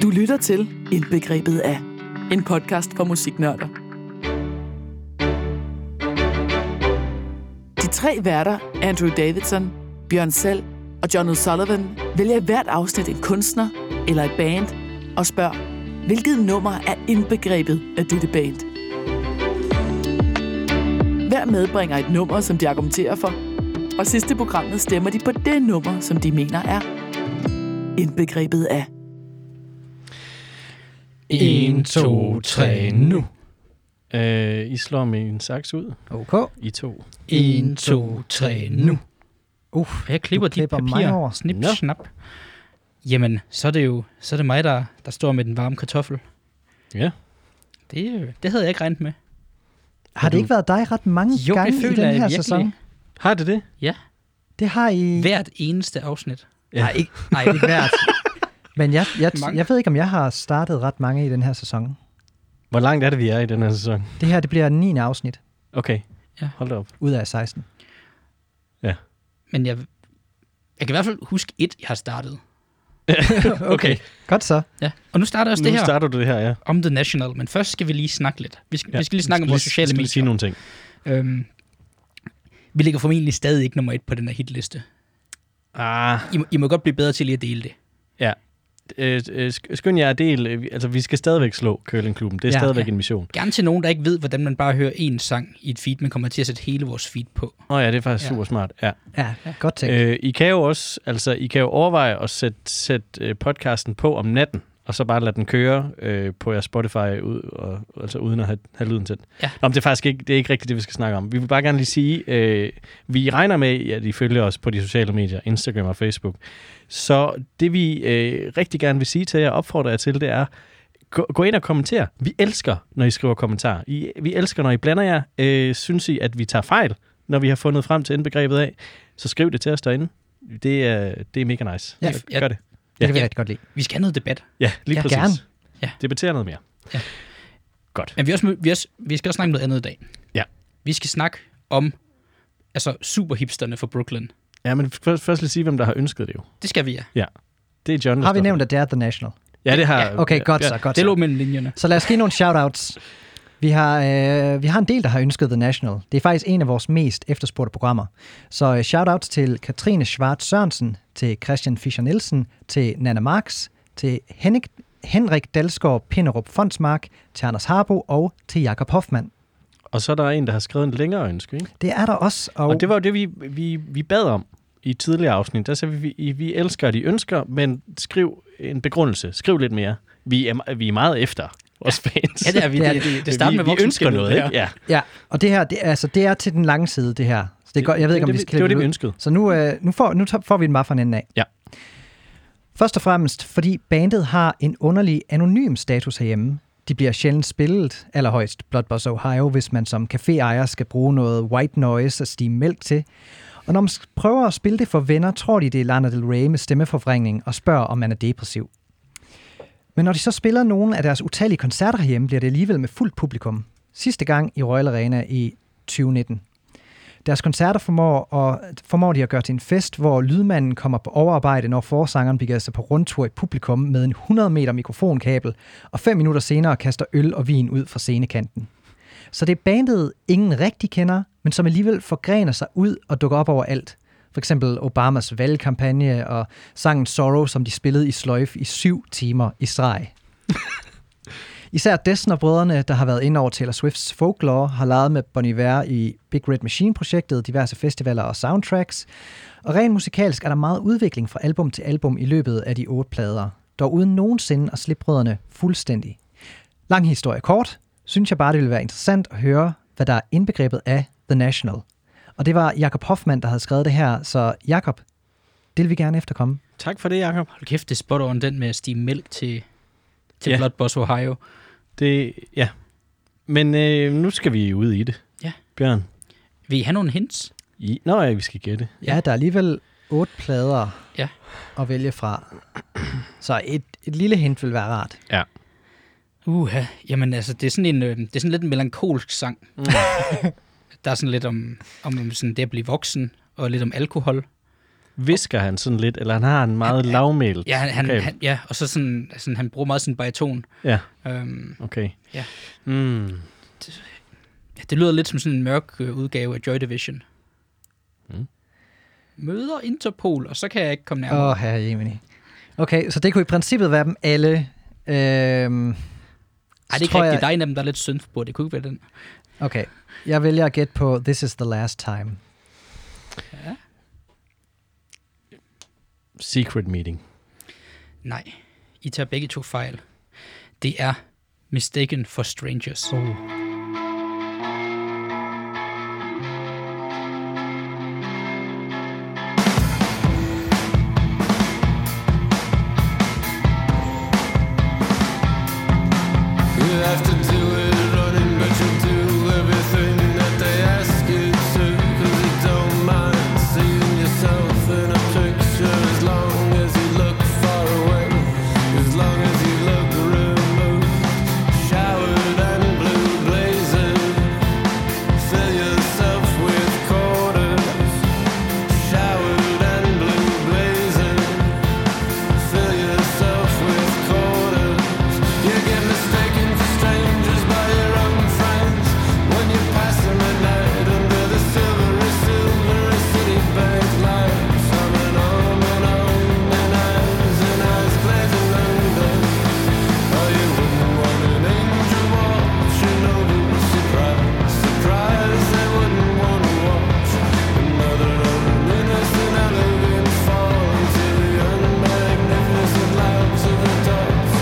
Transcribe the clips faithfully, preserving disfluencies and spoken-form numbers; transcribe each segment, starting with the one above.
Du lytter til Indbegrebet af, en podcast for musiknørder. De tre værter, Andrew Davidson, Bjørn Selv og John O'Sullivan, vælger i hvert afsnit en kunstner eller et band og spørger, hvilket nummer er indbegrebet af dette band? Hver medbringer et nummer, som de argumenterer for, og sidst i programmet stemmer de på det nummer, som de mener er indbegrebet af. en, to, tre, nu. Uh, I slår min saks ud. Ok. I to. en, to, tre, nu. Uff, jeg klipper de klipper mig papirer. over. Snip, Nå. snap. Jamen, så er det jo så er det mig, der, der står med den varme kartoffel. Ja. Det, er jo- det havde jeg ikke regnet med. Har det du- ikke været dig ret mange Jo, det gange i føler den jeg her virkelig. sæson? Har det det? Det har I... Hvert eneste afsnit. Ja. Nej, ikke, nej, ikke hvert. Men jeg, jeg, Mange. jeg ved ikke, om jeg har startet ret mange i den her sæson. Hvor langt er det, vi er i den her sæson? Det her, det bliver niende afsnit Okay. Ja. Hold da op. ud af seksten. Men jeg, jeg kan i hvert fald huske et, jeg har startet. Okay. Godt så. Ja. Og nu starter også Nu det her starter du det her, ja. om The National. Men først skal vi lige snakke lidt. Vi skal, ja. vi skal lige snakke om skal vores lige- sociale skal lige sige medier. nogle ting. Øhm, vi ligger formentlig stadig ikke nummer et på den her hitliste. Ah, I, må- I må godt blive bedre til lige at dele det. øh, øh, sk- skynd jer at dele. øh, Altså, vi skal stadigvæk slå Curlingklubben. Det er Ja. stadigvæk Ja. en mission. Gerne til nogen, der ikke ved, hvordan man bare hører én sang i et feed, men kommer til at sætte hele vores feed på. Åh oh, ja, det er faktisk Ja. super smart. Ja. Ja, godt tænkt. Øh, I kan jo også, altså, I kan jo overveje at sætte, sætte øh, podcasten på om natten, og så bare lade den køre øh, på jeres Spotify, ud, og, altså uden at have, have lyden tændt. Ja. Nå, men det er faktisk ikke, det er ikke rigtigt det, vi skal snakke om. Vi vil bare gerne lige sige, øh, vi regner med, at I følger os på de sociale medier, Instagram og Facebook. Så det vi øh, rigtig gerne vil sige til jer, opfordrer jer til, det er, gå, gå ind og kommenter. Vi elsker, når I skriver kommentarer. I, vi elsker, når I blander jer. Øh, synes I, at vi tager fejl, når vi har fundet frem til indbegrebet af, så skriv det til os derinde. Det er, det er mega nice. Ja. Gør det. Det kan vi ja. rigtig godt lide. Vi skal have noget debat. Ja, lige Ja, præcis. gerne. Ja. Debattere noget mere. Ja. Godt. Men vi, er også, vi, er også, vi skal også snakke om noget andet i dag. Ja. Vi skal snakke om altså superhipsterne fra Brooklyn. Ja, men først, først lige sige, hvem der har ønsket det jo. Det skal vi, ja. Det er John. der Har vi står nævnt, for at det er The National? det. Ja, det har Ja, Okay, godt ja. så, godt Det lå så. mellem linjerne. Så lad os give nogle shoutouts. Vi har, øh, vi har en del, der har ønsket The National. Det er faktisk en af vores mest efterspurgte programmer. Så øh, shoutouts til Katrine Schwartz Sørensen, til Christian Fischer Nielsen, til Nana Marx, til Henrik, Henrik Dalsgaard Pinderup Fondsmark, til Anders Harbo og til Jakob Hoffmann. Og så er der en, der har skrevet en længere ønske, ikke? Det er der også. Og, Og det var jo det, vi, vi, vi bad om i tidligere afsnit. Der sagde vi, vi, vi elsker, at I ønsker, men skriv en begrundelse. Skriv lidt mere. Vi er, vi er meget efter vores fans. Ja, det er vi. Det er Det, det. det, det starter vi, med vi ønsker voksenskillet, noget, det ikke? her. Ja. Ja, og det her, det, altså, det er til den lange side, det her. Så det er godt, jeg ved ikke, om det, vi det, skal det var det, klippe vi ud. ønskede. Så nu, øh, nu, får, nu tager- får vi den bare fra en ende af. Ja. Først og fremmest, fordi bandet har en underlig anonym status herhjemme. De bliver sjældent spillet, allerhøjst Blood Boss Ohio, hvis man som caféejer skal bruge noget white noise og stime mælk til. Og når man prøver at spille det for venner, tror de, det er Lana Del Rey med stemmeforvrængning og spørger, om man er depressiv. Men når de så spiller nogle af deres utallige koncerter herhjemme, bliver det alligevel med fuldt publikum. Sidste gang i Royal Arena i tyve nitten. Deres koncerter formår, og, formår de at gøre til en fest, hvor lydmanden kommer på overarbejde, når forsangeren begiver sig på rundtur i publikum med en hundrede meter mikrofonkabel, og fem minutter senere kaster øl og vin ud fra scenekanten. Så det er bandet, ingen rigtig kender, men som alligevel forgrener sig ud og dukker op overalt. For eksempel Obamas valgkampagne og sangen Sorrow, som de spillede i sløjf i syv timer i streg. Især Dessner-brødrene, der har været inde over Taylor Swifts Folklore, har leget med Bon Iver i Big Red Machine-projektet, diverse festivaler og soundtracks. Og rent musikalsk er der meget udvikling fra album til album i løbet af de otte plader, dog uden nogensinde at slippe brødrene fuldstændig. Lang historie kort, synes jeg bare, det ville være interessant at høre, hvad der er indbegrebet af The National. Og det var Jakob Hoffmann, der havde skrevet det her, så Jakob, det vil vi gerne efterkomme. Tak for det, Jacob. Hold kæft, det er spot on den med at stige mælk til, til Ja. Blood Boss Ohio. Det, ja. Men øh, nu skal vi ud i det. Ja. Bjørn. Vil I have nogle hints? I, nå ja, vi skal gætte. Ja, der er alligevel otte plader Ja. at vælge fra. Så et, et lille hint vil være rart. Ja. Uha, jamen altså, det er sådan en, øh, det er sådan lidt en melankolsk sang. Mm. Der er sådan lidt om, om sådan det at blive voksen, og lidt om alkohol. Visker han sådan lidt, eller han har en meget Han- lavmælt? Ja, han, han, Okay. han, ja, og så sådan, sådan, han bruger meget sin bariton. Ja, Øhm, okay. Ja. Mm. ja, det lyder lidt som sådan en mørk øh, udgave af Joy Division. Mm. Møder Interpol, og så kan jeg ikke komme nærmere. Åh, oh, herre Jemini. Okay, så det kunne i princippet være dem alle. Øhm, Ej, det er ikke tror rigtigt. jeg- Der er en af dem, der er lidt synd på. Det kunne ikke være den. Okay, jeg vælger at gætte på This is the last time. Ja. Secret Meeting. Nej, I tager begge to fejl. Det er Mistaken for Strangers. Oh. You have to do it running, but you do everything that they ask you to. Cause you don't mind seeing yourself in a picture as long as you look far away, as long as you look removed. Showered and blue blazing, fill yourself with quarters. Showered and blue blazing, fill yourself with quarters. You get mistaken for strangers by your own friends when you pass them at night under the silvery, silvery city bank lights. On and on and on and eyes and eyes glazing under. Oh, you wouldn't want an angel watching over you. Surprise, surprise, they wouldn't want to watch another of an innocent, elegant fall into the unmagnificent lives of adults.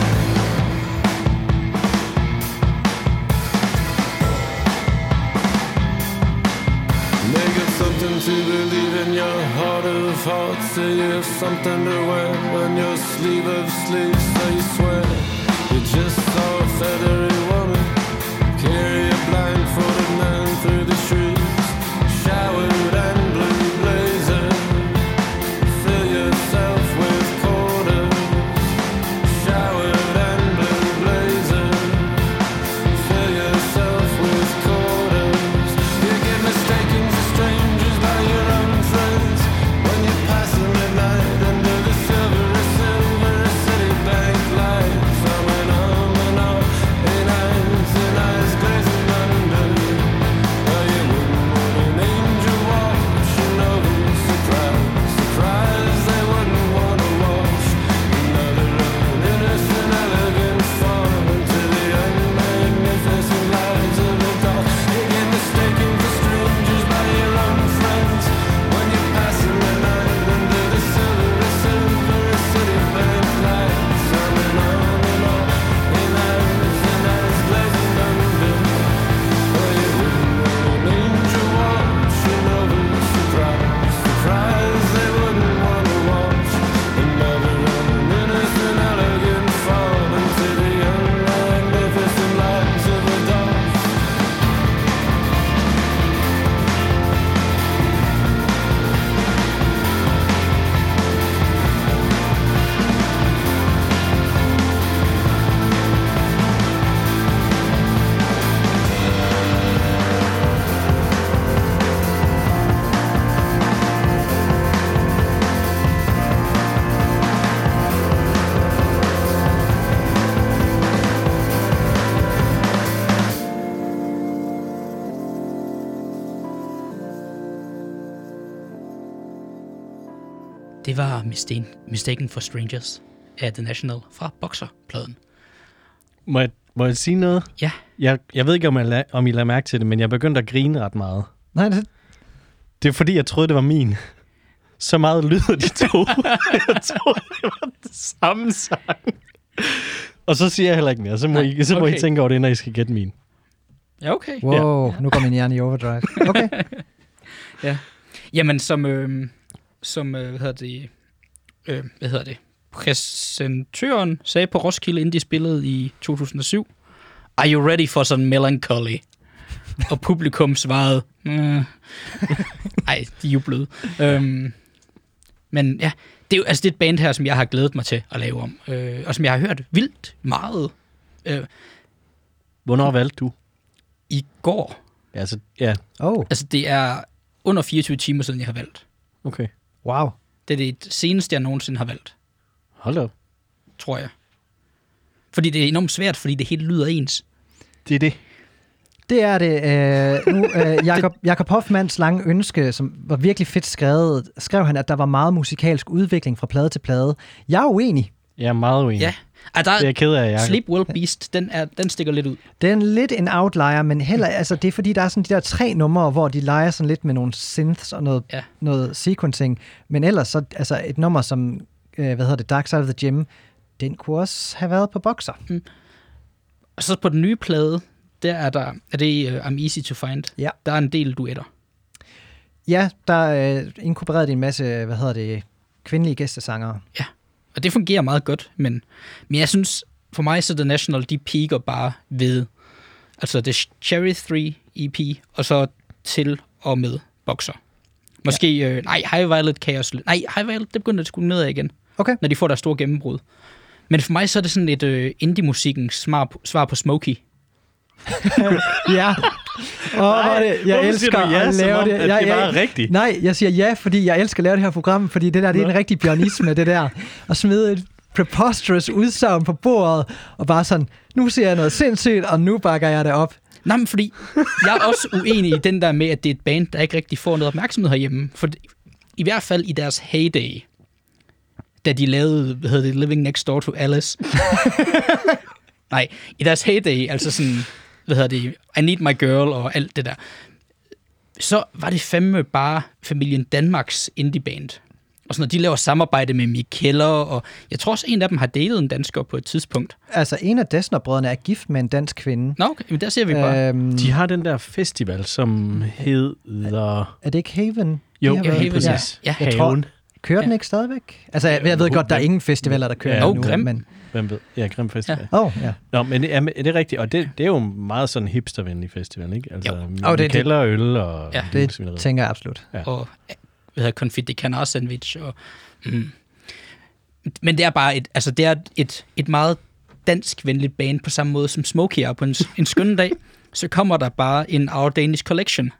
Make it something to believe in your heart of hearts. Say you have something to wear on your sleeve of sleeves. So you swear you just saw a feathery woman carry a blindfolded man through the streets. Showered and blue blazing, fill yourself with quarters. Showered and blue blazing, fill yourself with quarters. You get mistaken for strangers by your own friends when you pass them at night under the silvery, silvery city bank lights. On and on and on in eyes and eyes glazing under. Oh, you wouldn't want an angel watching over you. Surprise, surprise, they wouldn't want to watch another of an innocent, elegant fall into the unmagnificent lives of adults. You get mistaken for strangers by your own friends when you pass them at night under the silvery, silvery city bank lights. On and on and on in eyes and eyes glazing under. Oh, you wouldn't want an angel watching over you. Surprise, surprise, they wouldn't want to watch another of an innocent, elegant fall into the unmagnificent lives of adults. Det var Mistaken, Mistaken for Strangers af The National fra Boxer-pladen. Må jeg, må jeg sige noget? Ja. Jeg, jeg ved ikke, om, jeg la, om I lader mærke til det, men jeg begyndte at grine ret meget. Nej, det, Det er fordi, jeg troede, det var min. Så meget lyder de to. Jeg troede, det var det samme sang. Og så siger jeg heller ikke mere. Så må, Nej, I, så må okay. I tænke over det, når I skal gætte min. Ja, okay. wow, nu går min hjerne i overdrive. Okay. Jamen, som, øh, som øh, hvad hedder det, øh, hvad hedder det, præsentøren sagde på Roskilde, inden de spillede i to tusind og syv, "Are you ready for some melancholy?" Og publikum svarede, mm. Ej, de jublede. Øhm, men ja, det er jo altså det er et band her, som jeg har glædet mig til at lave om, øh, og som jeg har hørt vildt meget øh, Hvornår valgte du? i går. Altså, ja, Oh, Altså, det er under fireogtyve timer siden, jeg har valgt. okay. wow. Det er det seneste, jeg nogensinde har valgt, Hold op. tror jeg. Fordi det er enormt svært, fordi det hele lyder ens. Det er det. Det er det. Øh, nu, øh, Jakob, Jakob Hoffmanns lange ønske, som var virkelig fedt skrevet, skrev han, at der var meget musikalsk udvikling fra plade til plade. Jeg er uenig. Jeg er meget uenig. Ja. Ah, der Det er jeg ked af, Jacob. Sleep Well Beast, den, er, den stikker lidt ud. Det er en lidt en outlier, men heller, altså, det er fordi, der er sådan de der tre numre, hvor de leger sådan lidt med nogle synths og noget, Ja. noget sequencing. Men ellers så, altså et nummer som, øh, hvad hedder det, Dark Side of the Gym, den kunne også have været på Boxer. Og så på den nye plade, der er der, er det uh, I'm Easy to Find. Ja. Der er en del duetter. Ja, der er øh, inkorporeret en masse, hvad hedder det, kvindelige gæstesangere. Ja. Og det fungerer meget godt, men, men jeg synes, for mig så The National, de peaker bare ved, altså det Cherry tre E P, og så til og med Boxer. Måske, ja. øh, nej, High Violet kan jeg også, nej, High Violet, det begynder at skulle ned af igen, Okay. når de får deres store gennembrud. Men for mig så er det sådan et øh, indie-musikkens svar, svar på Smokey. Ja. Og Nej, det, jeg hvorfor siger elsker du ja, at som lave om, det. at Jeg, det var jeg, rigtigt? Nej, jeg siger ja, fordi jeg elsker at lave det her program, fordi det der, det er en rigtig bjørnisme, det der. At smide et preposterous udsagn på bordet, og bare sådan, nu siger jeg noget sindssygt, og nu bakker jeg det op. Nej, men fordi jeg er også uenig i den der med, at det er et band, der ikke rigtig får noget opmærksomhed herhjemme. For i hvert fald i deres heyday, da de lavede, hvad hedder det, Living Next Door to Alice. Nej, i deres heyday, altså sådan, hvad hedder det, I Need My Girl og alt det der, så var det fandme bare familien Danmarks indieband. Og sådan noget, de laver samarbejde med Mick Keller, og jeg tror også, en af dem har datet en dansker på et tidspunkt. Altså, en af Dessner-brødrene er gift med en dansk kvinde. Nå, okay, men der ser vi bare. Øhm, De har den der festival, som hedder... er det ikke Haven? Jo, De har ja, været- helt præcis. Ja. Jeg tror, Haven. kører den Ja. ikke stadigvæk? Altså, jeg, jeg ved godt, der er ingen festivaler, der kører Ja. ja. Åh, nu. Grim. Men, Hvem ved? Ja, Grim Festival. åh, oh, ja. Nå, men det er, det er rigtigt, og det, det er jo en meget sådan hipstervenlig festival, ikke? Altså, Jo. med Og det- kælder og øl og... Ja. hele Det svineriet. tænker jeg absolut. Ja. Og hvad hedder Confit de Canard sandwich og mm. Men det er bare et altså det er et et meget dansk venligt band på samme måde som Smokey er på en, en skøn dag. Så kommer der bare en Our Danish Collection.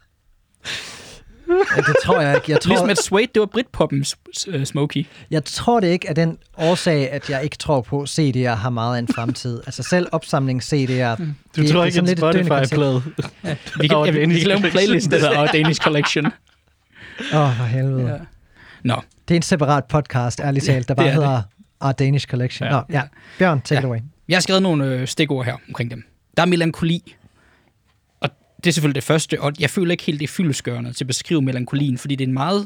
Ja, det tror jeg ikke. Jeg tror, Ligesom at Suede, det var Britpoppen uh, Smokey. jeg tror det ikke er den årsag, at jeg ikke tror på, at C D'er har meget af en fremtid. Altså selv opsamlings-C D'er. Du det- tror det er ikke, sådan en lidt et døende koncept. Spotify-plade? Vi kan, Our ja, vi, vi Danish kan lave en Collection. playlist, der hedder Our Danish Collection. Åh, oh, for helvede. Ja. Ja. Nå, Det er en separat podcast, ærligt talt, der det bare er det. hedder Our Danish Collection. Ja. Ja. Nå, ja. Bjørn, take Ja. it away. jeg har skrevet nogle øh, stikord her omkring dem. Der er melankoli. Og det er selvfølgelig det første, og jeg føler ikke helt, det er fyldestgørende til at beskrive melankolien, fordi det er en meget...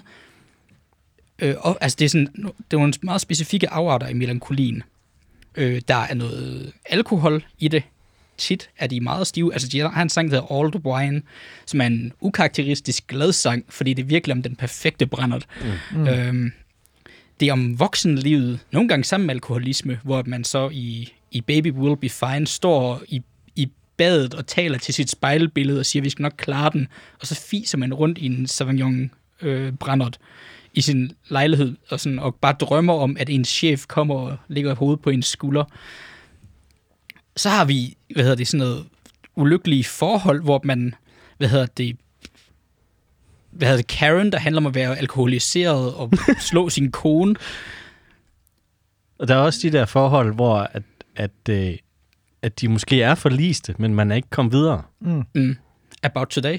Øh, og, altså, det er, sådan, det er nogle meget specifikke afarter i melankolien. Øh, der er noget alkohol i det. Tit er de meget stive. Altså, de har en sang, der hedder All the Wine, som er en ukarakteristisk glad sang, fordi det er virkelig om den perfekte brændert. Mm. Øhm, det er om voksenlivet, nogle gange sammen med alkoholisme, hvor man så i, i Baby Will Be Fine står i, i badet og taler til sit spejlbillede og siger, at vi skal nok klare den, og så fiser man rundt i en Sauvignon øh, brændert i sin lejlighed, og, sådan, og bare drømmer om, at en chef kommer og lægger hovedet på ens skulder. Så har vi, hvad hedder det, sådan noget ulykkelige forhold, hvor man, hvad hedder det, hvad hedder det, Karen, der handler om at være alkoholiseret og slå sin kone. Og der er også de der forhold, hvor at, at, øh, at de måske er forliste, men man er ikke kommet videre. Mm. Mm. About Today.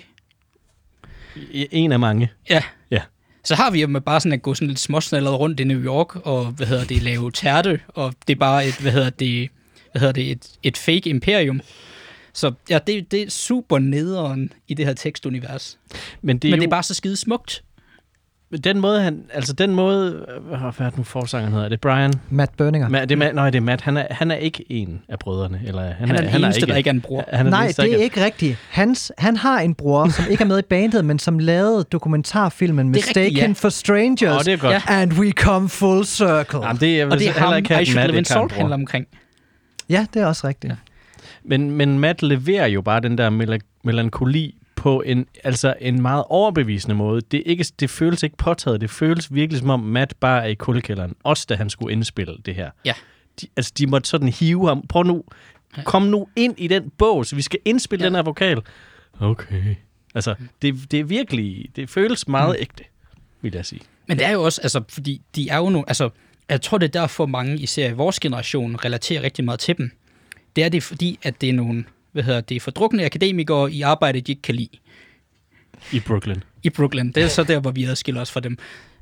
I- En af mange. Ja. Ja. Så har vi jo med bare sådan at gå sådan lidt småsnallet rundt i New York, og hvad hedder det, lave tærte, og det er bare et, hvad hedder det, hvad hedder det, et, et fake imperium. Så ja, det, det er super nederen i det her tekstunivers. Men det er, Men jo, det er bare så skide smukt. den måde, han, altså den måde, hvad hvad er det nu forsangeren hedder? Er det Brian? Matt Berninger. Ma, det er Matt, nej, det er Matt. Han er, han er ikke en af brødrene. Eller, han, Han er den han eneste, ikke, der ikke er en bror. Han er Nej, den eneste, det der er ikke rigtigt. Hans, han har en bror, som ikke er med i bandet, men som lavede dokumentarfilmen Det er rigtigt, Mistaken ja. for Strangers. Åh, det er godt. Ja. And we come full circle. Jamen, det, jeg vil Og det er heller ham, ikke have, I at Should Matt Live in ikke har en Salt bror. handler omkring. Ja, det er også rigtigt. Ja. Men, men Matt leverer jo bare den der mel- melankoli på en, altså en meget overbevisende måde. Det, er ikke, det føles ikke påtaget. Det føles virkelig som om Matt bare er i kuldekælderen. Også da han skulle indspille det her. Ja. De, altså de måtte sådan hive ham. Prøv nu. Kom nu ind i den bås. Vi skal indspille Ja. den her vokal. Okay. Altså, det, det er virkelig... Det føles meget ægte. vil jeg sige. Men det er jo også, altså, fordi de er jo nogle, altså, jeg tror, det er derfor mange, især i vores generation, relaterer rigtig meget til dem. Det er det, fordi, at det er nogle, hvad hedder det, fordrukne akademikere i arbejde, de ikke kan lide. I Brooklyn. I Brooklyn. Det er så der, hvor vi adskiller os fra dem.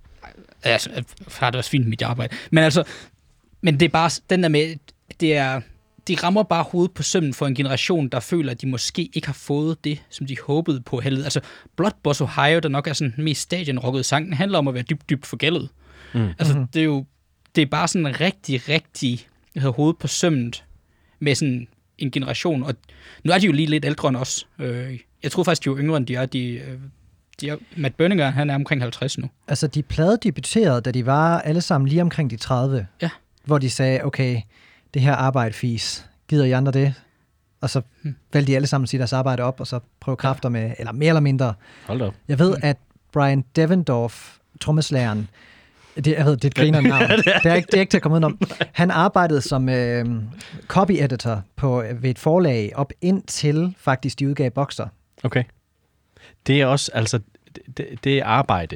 Altså, har det også fint med mit arbejde. Men altså, men det er bare, den der med, det er, de rammer bare hovedet på sømmen for en generation, der føler, at de måske ikke har fået det, som de håbede på helvede. Altså, Blood Boss Ohio, der nok er sådan den mest stadionrockede sang, den handler om at være dybt, dybt forgældet. Mm. Altså, mm-hmm. det er jo, det er bare sådan en rigtig, rigtig hoved på sømmet med sådan en generation. Og nu er de jo lige lidt ældre end os. Jeg tror faktisk, de er jo yngre end de er. De, de er Matt Berninger, han er omkring halvtreds nu. Altså, de pladedebuterede, da de var alle sammen lige omkring de tredive. Ja. Hvor de sagde, okay, det her arbejde fis, gider I andre det? Og så hmm. valgte de alle sammen at sige deres arbejde op, og så prøve kræfter med, eller mere eller mindre. Hold da op. Jeg ved, at Brian Devendorf, trommeslageren, det, jeg ved, det er et griner navn. det, er ikke, det er ikke til at komme udenom. Han arbejdede som øh, copy-editor på, ved et forlag op indtil faktisk de udgav Boxer. Okay. Det er også, altså, det, det er arbejde.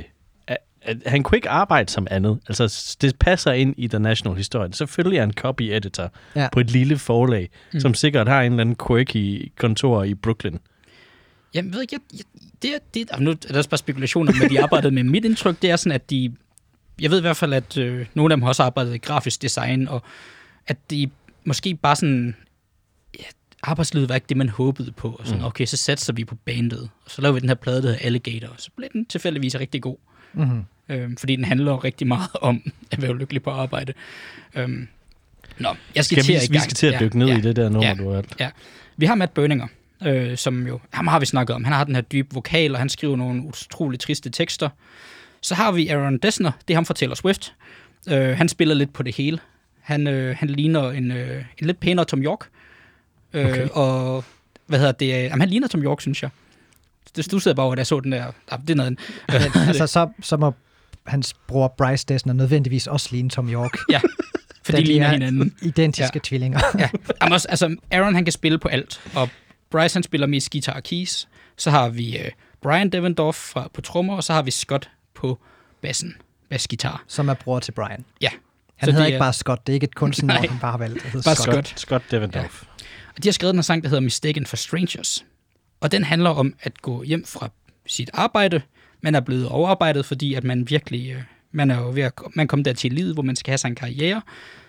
Han kunne ikke arbejde som andet. Altså, det passer ind i The National historie. Selvfølgelig er han copy-editor ja. på et lille forlag, mm. som sikkert har en eller anden quirky kontor i Brooklyn. Jamen, ved jeg, jeg det er, det er, nu er der også bare spekulationer, men de arbejdede med mit indtryk, det er sådan, at de, jeg ved i hvert fald, at øh, nogle af dem har også arbejdet i grafisk design, og at de måske bare sådan, ja, arbejdslivet var ikke det, man håbede på, og sådan, mm. okay, så satser vi på bandet, og så laver vi den her plade, der hedder Alligator, og så blev den tilfældigvis rigtig god. Mm-hmm. Øhm, fordi den handler rigtig meget om at være lykkelig på arbejde. Øhm, nå, jeg skal, skal vi, vi skal til at dykke ja, ned ja, i det der nummer, ja, du har valgt. Ja. Vi har Matt Berninger, øh, som jo, ham har vi snakket om. Han har den her dybe vokal, og han skriver nogle utroligt triste tekster. Så har vi Aaron Dessner, det er ham fra Taylor Swift. Øh, han spiller lidt på det hele. Han, øh, han ligner en, øh, en lidt pænere Tom York. Øh, okay. Og hvad hedder det? Jamen, han ligner Tom York, synes jeg. Det stussede bare over, da jeg så den der. Ah, det er noget. altså, så, så må hans bror Bryce Dessner nødvendigvis også ligne Tom York. Ja, for de ligner hinanden. Identiske ja. tvillinger. Ja. Også, altså, Aaron, han kan spille på alt, og Bryce, han spiller mest guitar og keys. Så har vi uh, Brian Devendorf fra, på trommer, og så har vi Scott på bassen, bassgitar. Som er bror til Brian. Ja. Han så hedder de, ikke bare Scott, det er ikke et kunstnernavn, han bare har valgt. Bare Scott. Scott. Scott Devendorf. Ja. Og de har skrevet en sang, der hedder Mistaken for Strangers. Og den handler om at gå hjem fra sit arbejde. Man er blevet overarbejdet, fordi at man virkelig, øh, man er jo ved at, man kommer der til livet, hvor man skal have sig en karriere.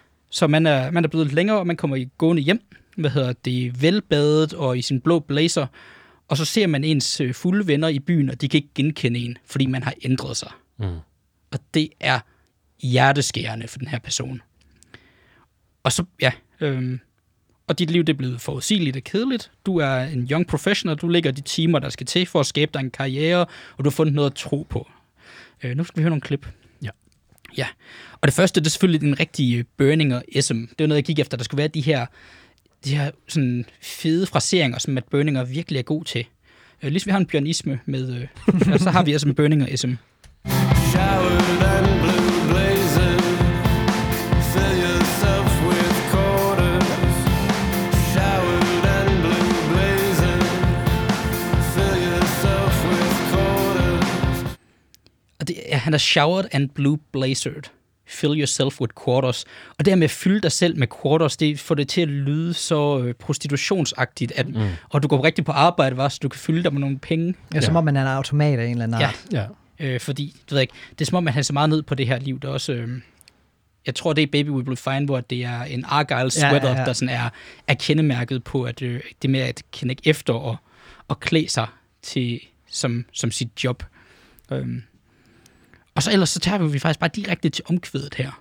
Så man er, man er blevet længere, og man kommer gående hjem, hvad hedder det, velbadet og i sin blå blazer. Og så ser man ens øh, fulde venner i byen, og de kan ikke genkende en, fordi man har ændret sig. Mm. Og det er hjerteskærende for den her person. Og så, ja, øh, og dit liv det er blevet forudsigeligt og kedeligt. Du er en young professional, du lægger de timer, der skal til for at skabe dig en karriere, og du har fundet noget at tro på. Øh, nu skal vi høre nogle klip. Ja. Ja. Og det første, det er selvfølgelig den rigtige Berninger-ism. Det var noget, jeg gik efter. Der skulle være de her, de her sådan fede fraseringer, som Matt Berninger virkelig er god til. Øh, ligesom vi har en bjørnisme med, øh, og så har vi også en Berninger-ism. Og det, ja, han er showered and blue blazered. Fill yourself with quarters. Og det her med at fylde dig selv med quarters, det får det til at lyde så øh, prostitutionsagtigt, at, mm. og du går rigtig på arbejde, var, så du kan fylde dig med nogle penge. Ja, som om man er en automat af en eller anden art. Ja, ja. Øh, fordi, du ved ikke, det er som om, man har så meget ned på det her liv, der også... Øh, jeg tror, det er Baby We Will Find, hvor det er en Argyle sweater, ja, ja, ja. der sådan er, er kendemærket på, at øh, det med at kende ikke efter og, og klæde sig til, som, som sit job. Øhm. Og så ellers så tager vi faktisk bare direkte til omkvædet her.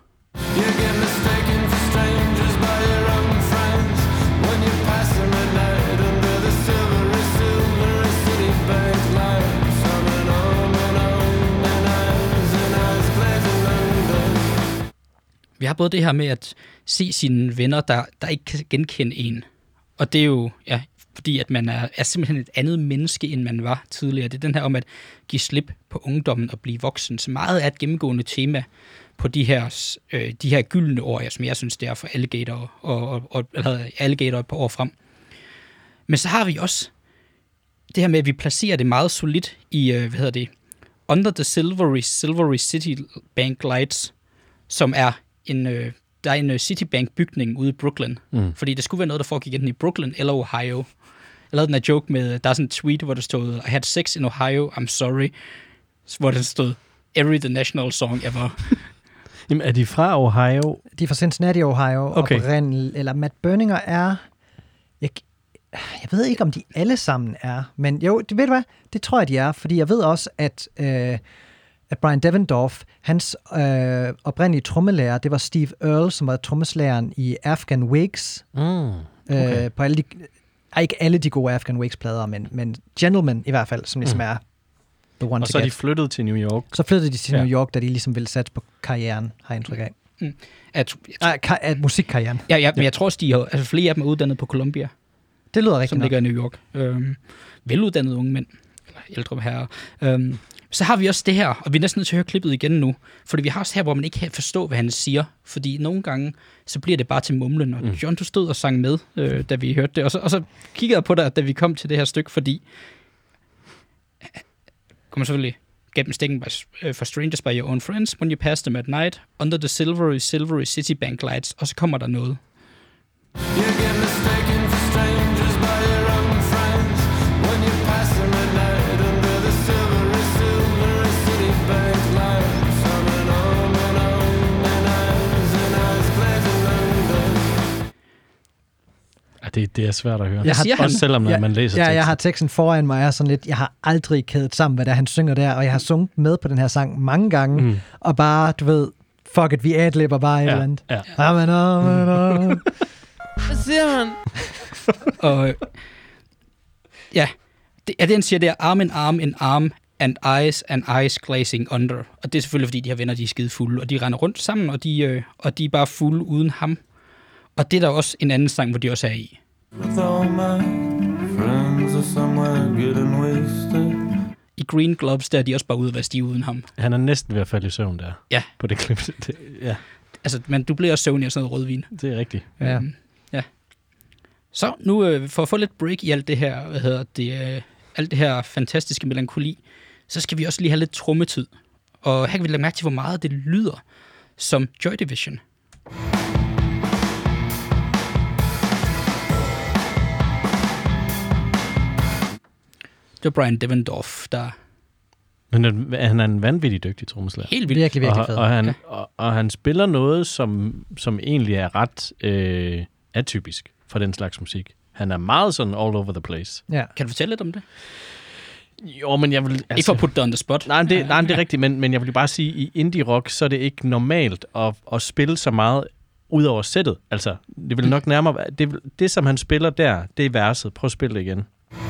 Vi har både det her med at se sine venner, der, der ikke kan genkende en. Og det er jo, ja, fordi at man er, er simpelthen et andet menneske, end man var tidligere. Det er den her om at give slip på ungdommen og blive voksen. Så meget er et gennemgående tema på de her, øh, de her gyldne år, som jeg synes, det er for Alligator og, og, og eller, Alligator et par år frem. Men så har vi også det her med, at vi placerer det meget solidt i, øh, hvad hedder det, Under the Silvery, Silvery Citibank Lights, som er en, øh, der er en uh, Citibank-bygning ude i Brooklyn. Mm. Fordi det skulle være noget, der foregik enten i Brooklyn eller Ohio. Jeg lavede den her joke med, der er sådan en tweet, hvor der stod, I had sex in Ohio, I'm sorry. Hvor der stod, every the national song ever. Jamen, er de fra Ohio? De er fra Cincinnati, Ohio. Okay. Oprindel, eller Matt Berninger er... Jeg, jeg ved ikke, om de alle sammen er, men jo, det, ved du hvad? Det tror jeg, de er, fordi jeg ved også, at, øh, at Brian Devendorf, hans øh, oprindelige trommelærer, det var Steve Earle, som var trommeslæren i Afghan Wigs. Mm, okay. øh, på alle de, ikke alle de gode Afghan Wigs-plader, men, men Gentleman i hvert fald, som ligesom mm. er the one Og to så er get. de flyttet til New York. Så flyttede de til Ja. New York, da de ligesom ville satse på karrieren, har jeg indtryk af. Mm. Jeg, tr- jeg, Nej, kar- at musikkarrieren. ja, ja, men jeg tror også, de har, altså flere af dem er uddannet på Columbia, Det lyder rigtigt som nok. ligger i New York. Øhm, veluddannede unge mænd, eller ældre herrer. Øhm, så har vi også det her, og vi er næsten nødt til at høre klippet igen nu, fordi vi har også her, hvor man ikke kan forstå, hvad han siger, fordi nogle gange, så bliver det bare til mumlen, og John, du stod og sang med, øh, da vi hørte det, og så, og så kiggede jeg på dig, da vi kom til det her stykke, fordi kommer selvfølgelig get mistaken by, uh, for strangers by your own friends, when you pass them at night, under the silvery, silvery Citibank lights, og så kommer der noget. You get mistaken for strangers by your own friends when you pass them at night under the silvery, silvery Citibank lights. On and on and on and eyes and eyes blazing London. Ja, det, det er svært at høre. Jeg har- siger han? Også selvom når Ja, man læser Ja, teksten. jeg har teksten foran mig, og jeg er sådan lidt, jeg har aldrig kædet sammen, hvad der han synger der, og jeg har sunget med på den her sang mange gange, Mm. og bare, du ved, fuck it, vi adlibber bare et Ja, eller andet. ja. Amen, amen, amen. Hvad siger han? Og øh, ja, det, ja, det han siger, det er arm in arm in arm, and eyes and eyes glazing under. Og det er selvfølgelig, fordi de her venner, de er skide fulde, og de render rundt sammen, og de, øh, og de er bare fulde uden ham. Og det er der også en anden sang, hvor de også er i. With all my friends are somewhere getting wasted. I Green Gloves, der er de også bare ude at være stive uden ham. Han er næsten ved at falde i søvn der. Ja. På det klip. Det, ja, Altså, men du bliver også søvnig af sådan noget rødvin. det er rigtigt. Ja. Øhm, ja. Så nu, øh, for at få lidt break i alt det her, hvad hedder det, øh, alt det her fantastiske melankoli, så skal vi også lige have lidt trommetid. Og her kan vi lade mærke til, hvor meget det lyder som Joy Division. Det var Brian Devendorf, der er Men han er- han er en vanvittig dygtig trommeslager. helt vildt. Virkelig, virkelig Og, fed. og, han, Ja. og, og han spiller noget, som, som egentlig er ret øh, atypisk for den slags musik. Han er meget sådan all over the place. Ja. Kan du fortælle lidt om det? Jo, men jeg vil... Altså, Ikke for at putte dig on the spot. Nej, men det, nej, men det er rigtigt, men, men jeg vil bare sige, at i indie-rock, så er det ikke normalt at, at spille så meget ud over sættet. Altså, det vil nok nærmere... være- Det, det, som han spiller der, det er verset. Prøv at spille det igen.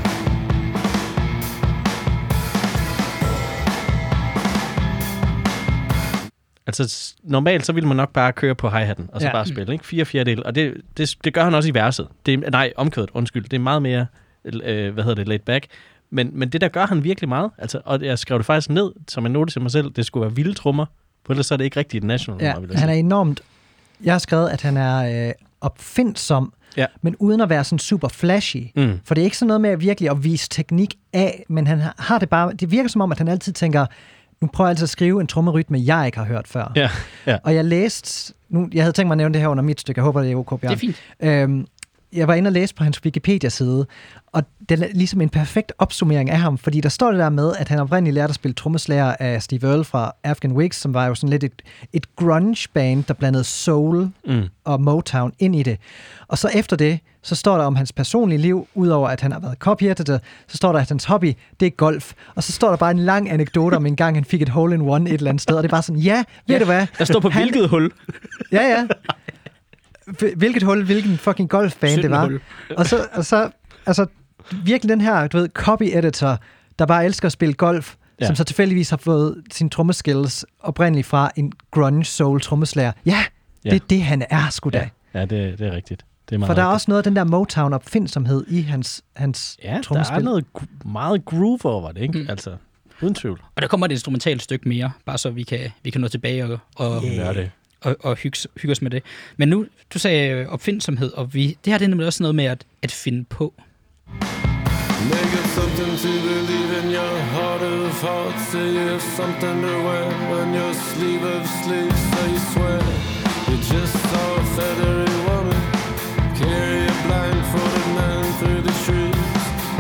Altså, s- normalt så vil man nok bare køre på hi-hatten, og så Ja. ja. bare spille, ikke? Fire fjerdedel, og det, det, det gør han også i verset. Det er, nej, omkødet, undskyld. Det er meget mere, øh, hvad hedder det, laid back. Men, men det der gør han virkelig meget. Altså, og jeg skrev det faktisk ned, som en note til mig selv. Det skulle være vilde trommer, for ellers så er det ikke rigtigt et national Ja, nummer, vil jeg han er sige. enormt... Jeg har skrevet, at han er øh, opfindsom, Ja. men uden at være sådan super flashy. Mm. For det er ikke sådan noget med at virkelig at vise teknik af, men han har- har det bare... Det virker som om, at han altid tænker, nu prøver jeg altså at skrive en trommerytme, jeg ikke har hørt før. Ja, ja. Og jeg læste... Nu, jeg havde tænkt mig at nævne det her under mit stykke. Jeg håber, det er ok, Bjørn. Det er fint. Øhm, jeg var inde og læse på hans Wikipedia-side, og det er ligesom en perfekt opsummering af ham, fordi der står det der med, at han oprindeligt lærte at spille trommeslager af Steve Earle fra Afghan Wigs, som var jo sådan lidt et, et grunge-band, der blandede soul Mm. og Motown ind i det. Og så efter det, så står der om hans personlige liv, udover at han har været copy-editor, så står der, at hans hobby, det er golf. Og så står der bare en lang anekdote om en gang, han fik et hole-in-one et eller andet sted, og det er bare sådan, ja, ved Ja, du hvad? Der står på Han- hvilket hul. Ja, ja. Hvilket hul, hvilken fucking golfbane det syttende var. hul. Og så, og så, altså, virkelig den her, du ved, copy-editor, der bare elsker at spille golf, ja. Ja. som så tilfældigvis har fået sine trommeskills oprindeligt fra en grunge soul trommeslager. Ja, Ja. det er det, han er, sgu da. Ja, ja det, det er rigtigt. Det er meget For der er rigtigt. også noget af den der Motown-opfindsomhed i hans, hans Ja, der trommespil. er noget gr- meget groove over det, ikke? Mm. Mm. Altså, uden tvivl. Og der kommer et instrumentalt stykke mere, bare så vi kan, vi kan nå tilbage og, og, Yeah. Gør det. og, og hygge, hygge os med det. Men nu, du sagde øh, opfindsomhed, og vi, det her det er nemlig også noget med at, at finde på. Make it something something to believe in your heart of hearts. Say you're something to wear on your sleeve of sleeves. So you swear you just saw a feathery woman carry a blindfolded man through the trees.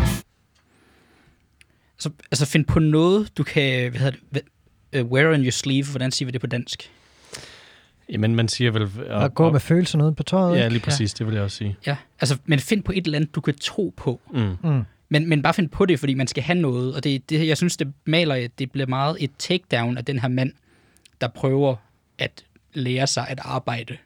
Så, altså find på noget, du kan, hvad hedder det, uh, wear on your sleeve. Hvordan siger vi det på dansk? Jamen, man siger vel... Og, og gå med følelsen uden på tøjet. Ja, lige præcis, ja. Det vil jeg også sige. Ja, altså, men find på et eller andet, du kan tro på. Mm. Mm. Men, men bare find på det, fordi man skal have noget. Og det, det, jeg synes, det maler, det bliver meget et takedown af den her mand, der prøver at lære sig at arbejde.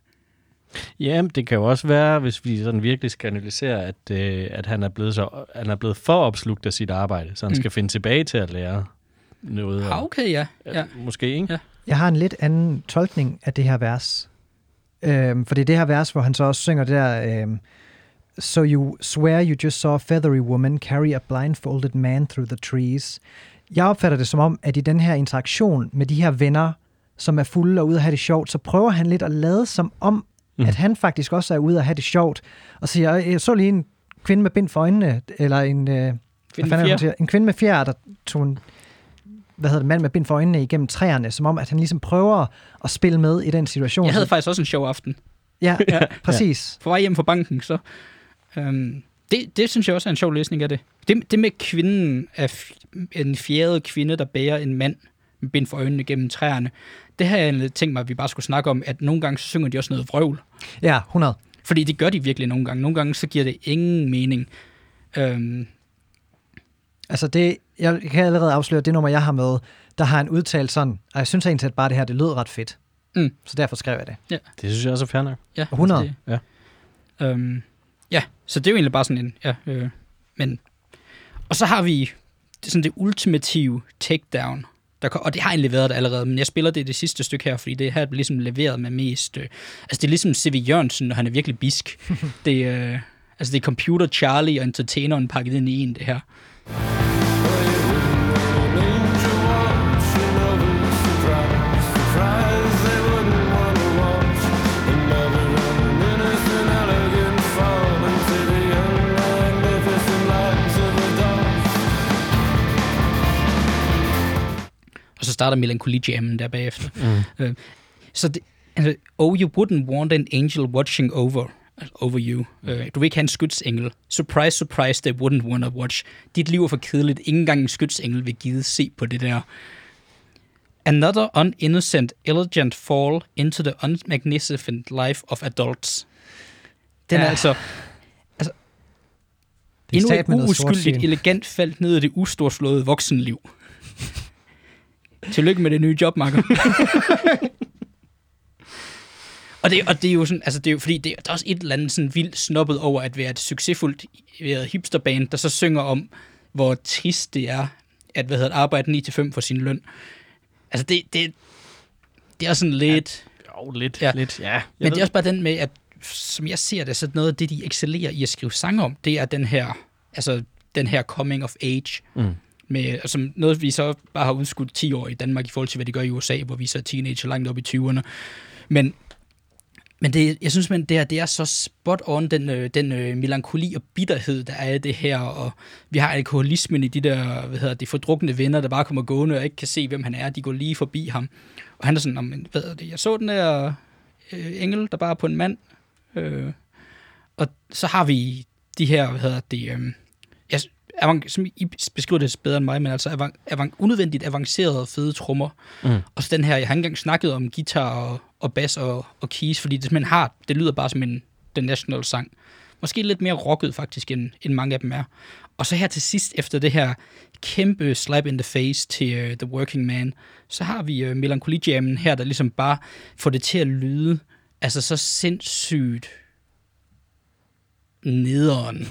Ja, det kan jo også være, hvis vi sådan virkelig skal analysere, at, øh, at han, er blevet så, han er blevet for opslugt af sit arbejde, så han mm. skal finde tilbage til at lære noget. Ah, okay, ja. ja. Måske, ikke? Ja. Jeg har en lidt anden tolkning af det her vers. Øhm, for det er det her vers, hvor han så også synger det der... Øhm, So you swear you just saw a feathery woman carry a blindfolded man through the trees. Jeg opfatter det som om, at i den her interaktion med de her venner, som er fulde og ude at have det sjovt, så prøver han lidt at lade som om, mm. at han faktisk også er ude at have det sjovt. Og siger, jeg så lige en kvinde med bind for øjnene, eller en, øh, kvinde med fjer. en kvinde med fjer, der tog en hvad hedder det, mand med bind for øjnene igennem træerne, som om, at han ligesom prøver at spille med i den situation. Jeg havde faktisk også en sjov aften. Ja, ja. præcis. På vej hjem fra banken, så... Um, det, det synes jeg også er en sjov læsning af det. Det, det med kvinden, af en fjerde kvinde, der bærer en mand med bind for øjnene gennem træerne, det har jeg tænkt mig, at vi bare skulle snakke om, at nogle gange så synger de også noget vrøvl. Ja, hundrede. Fordi det gør de virkelig nogle gange. Nogle gange så giver det ingen mening. Um, altså det, jeg kan allerede afsløre, det nummer, jeg har med, der har han udtalt sådan, og jeg synes egentlig, at bare det her, det lød ret fedt. Mm. Så derfor skrev jeg det. Ja. Det synes jeg også er fair nok. Ja, hundrede. Ja. Um, ja, så det er jo egentlig bare sådan en... Ja, øh, men, og så har vi det, sådan det ultimative takedown. Der, og det har egentlig været der allerede, men jeg spiller det i det sidste stykke her, fordi det her er ligesom leveret med mest... Øh, altså det er ligesom C V Jørgensen, når han er virkelig bisk. det, øh, altså det er Computer Charlie og Entertaineren pakket ind i en, det her. Og så starter melankoli-jammen der bagefter. Mm. Uh, så det, altså, oh, you wouldn't want an angel watching over, over you. Uh, du vil ikke have en skytsengel. Surprise, surprise, they wouldn't want to watch. Dit liv er for kedeligt. Ingen gang en skytsengel vil give se på det der. Another uninnocent, elegant fall into the unmagnificent life of adults. Den er ja. altså... altså endnu et uskyldigt, elegant fald ned i det ustorslåede voksenliv. Tillykke med det nye job, Marker. og, det, og det er jo sådan, altså det er jo fordi, det, der er også et eller andet sådan vildt snobbet over at være et succesfuldt hipsterband, der så synger om, hvor trist det er, at hvad hedder, arbejde ni til fem for sin løn. Altså det, det, det er sådan lidt... Ja, jo, lidt, ja. lidt, ja. Men ved. Det er også bare den med, at som jeg ser det, så noget af det, de excellerer i at skrive sange om, det er den her, altså den her coming of age. Mm. Med, som noget, vi så bare har udskudt ti år i Danmark i forhold til, hvad de gør i U S A, hvor vi så er teenager langt op i tyverne. Men, men det, jeg synes, men det, er, det er så spot on, den, den øh, melankoli og bitterhed, der er i det her, og vi har alkoholismen i de der, hvad hedder de fordrukne venner, der bare kommer gående og ikke kan se, hvem han er. De går lige forbi ham. Og han er sådan, hvad er det, jeg så den der øh, engel, der bare er på en mand. Øh, og så har vi de her, hvad hedder det, øh, jeg, Avant, som I beskriver det bedre end mig, men altså avant, avant, unødvendigt avancerede fede trommer. Mm. Og så den her, jeg har engang snakket om guitar og, og bass og, og keys, fordi det, man har, det lyder bare som en The National sang. Måske lidt mere rocket faktisk, end, end mange af dem er. Og så her til sidst, efter det her kæmpe slap in the face til uh, The Working Man, så har vi uh, melankoli-jammen her, der ligesom bare får det til at lyde altså så sindssygt nederen.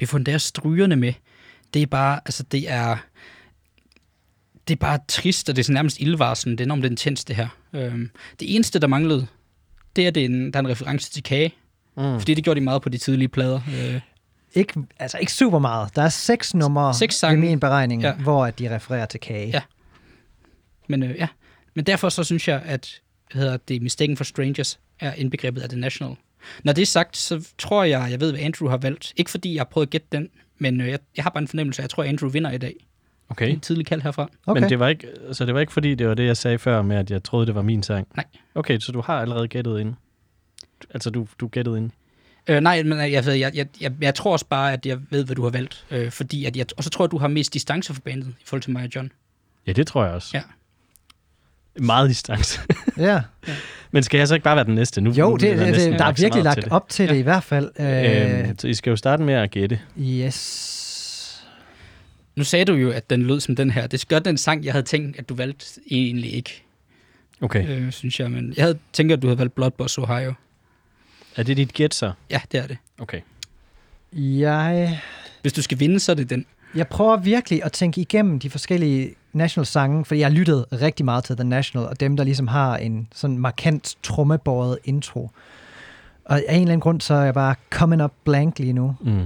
vi får deres strygerne med. Det er bare, altså det er, det er bare trist, og det er sådan nærmest ildvarslen. Det er enormt intens, det her. Øhm, det eneste, der manglede, det er, at det er en, der er en reference til kage. Mm. Fordi det gjorde de meget på de tidlige plader. Øh. Ikke, altså ikke super meget. Der er seks numre seks i min beregning, ja. Hvor at de refererer til kage. Ja. Men, øh, ja. Men derfor så synes jeg, at hedder det Mistaken for Strangers er indbegrebet af The National. Når det er sagt, så tror jeg, jeg ved, hvad Andrew har valgt. Ikke fordi jeg har prøvet at gætte den, men øh, jeg, jeg har bare en fornemmelse af, at jeg tror, at Andrew vinder i dag. Okay. En tidlig kald herfra. Okay. Men det var, ikke, altså det var ikke fordi, det var det, jeg sagde før med, at jeg troede, det var min sang? Nej. Okay, så du har allerede gættet ind? Altså, du, du gættede ind? Øh, nej, men jeg, ved, jeg, jeg, jeg, jeg tror også bare, at jeg ved, hvad du har valgt. Øh, fordi at jeg, og så tror jeg, du har mest distance for bandet i forhold til mig og John. Ja, det tror jeg også. Ja. Meget distance. Ja. Ja. Men skal jeg så ikke bare være den næste? Nu, jo, nu, det, det, det, der er virkelig lagt til op til det, ja. i hvert fald. Øhm, så I skal jo starte med at gætte. Yes. Nu sagde du jo, at den lød som den her. Det gør den sang, jeg havde tænkt, at du valgte egentlig ikke. Okay. Øh, synes jeg, men jeg havde tænkt, at du havde valgt Blood Boss Ohio. Er det dit gæt så? Ja, det er det. Okay. Jeg... Hvis du skal vinde, så er det den. Jeg prøver virkelig at tænke igennem de forskellige National-sange, fordi jeg har lyttet rigtig meget til The National, og dem, der ligesom har en sådan markant trommebåret intro. Og af en eller anden grund, så er jeg bare coming up blank lige nu. Mm.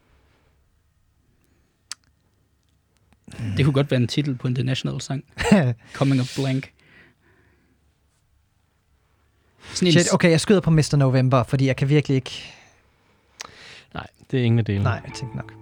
Det kunne godt være en titel på en The National-sang. Coming up blank. Shit, okay, jeg skyder på mister November, fordi jeg kan virkelig ikke... Nej, det er ingen af delene. Nej, jeg tænkte nok.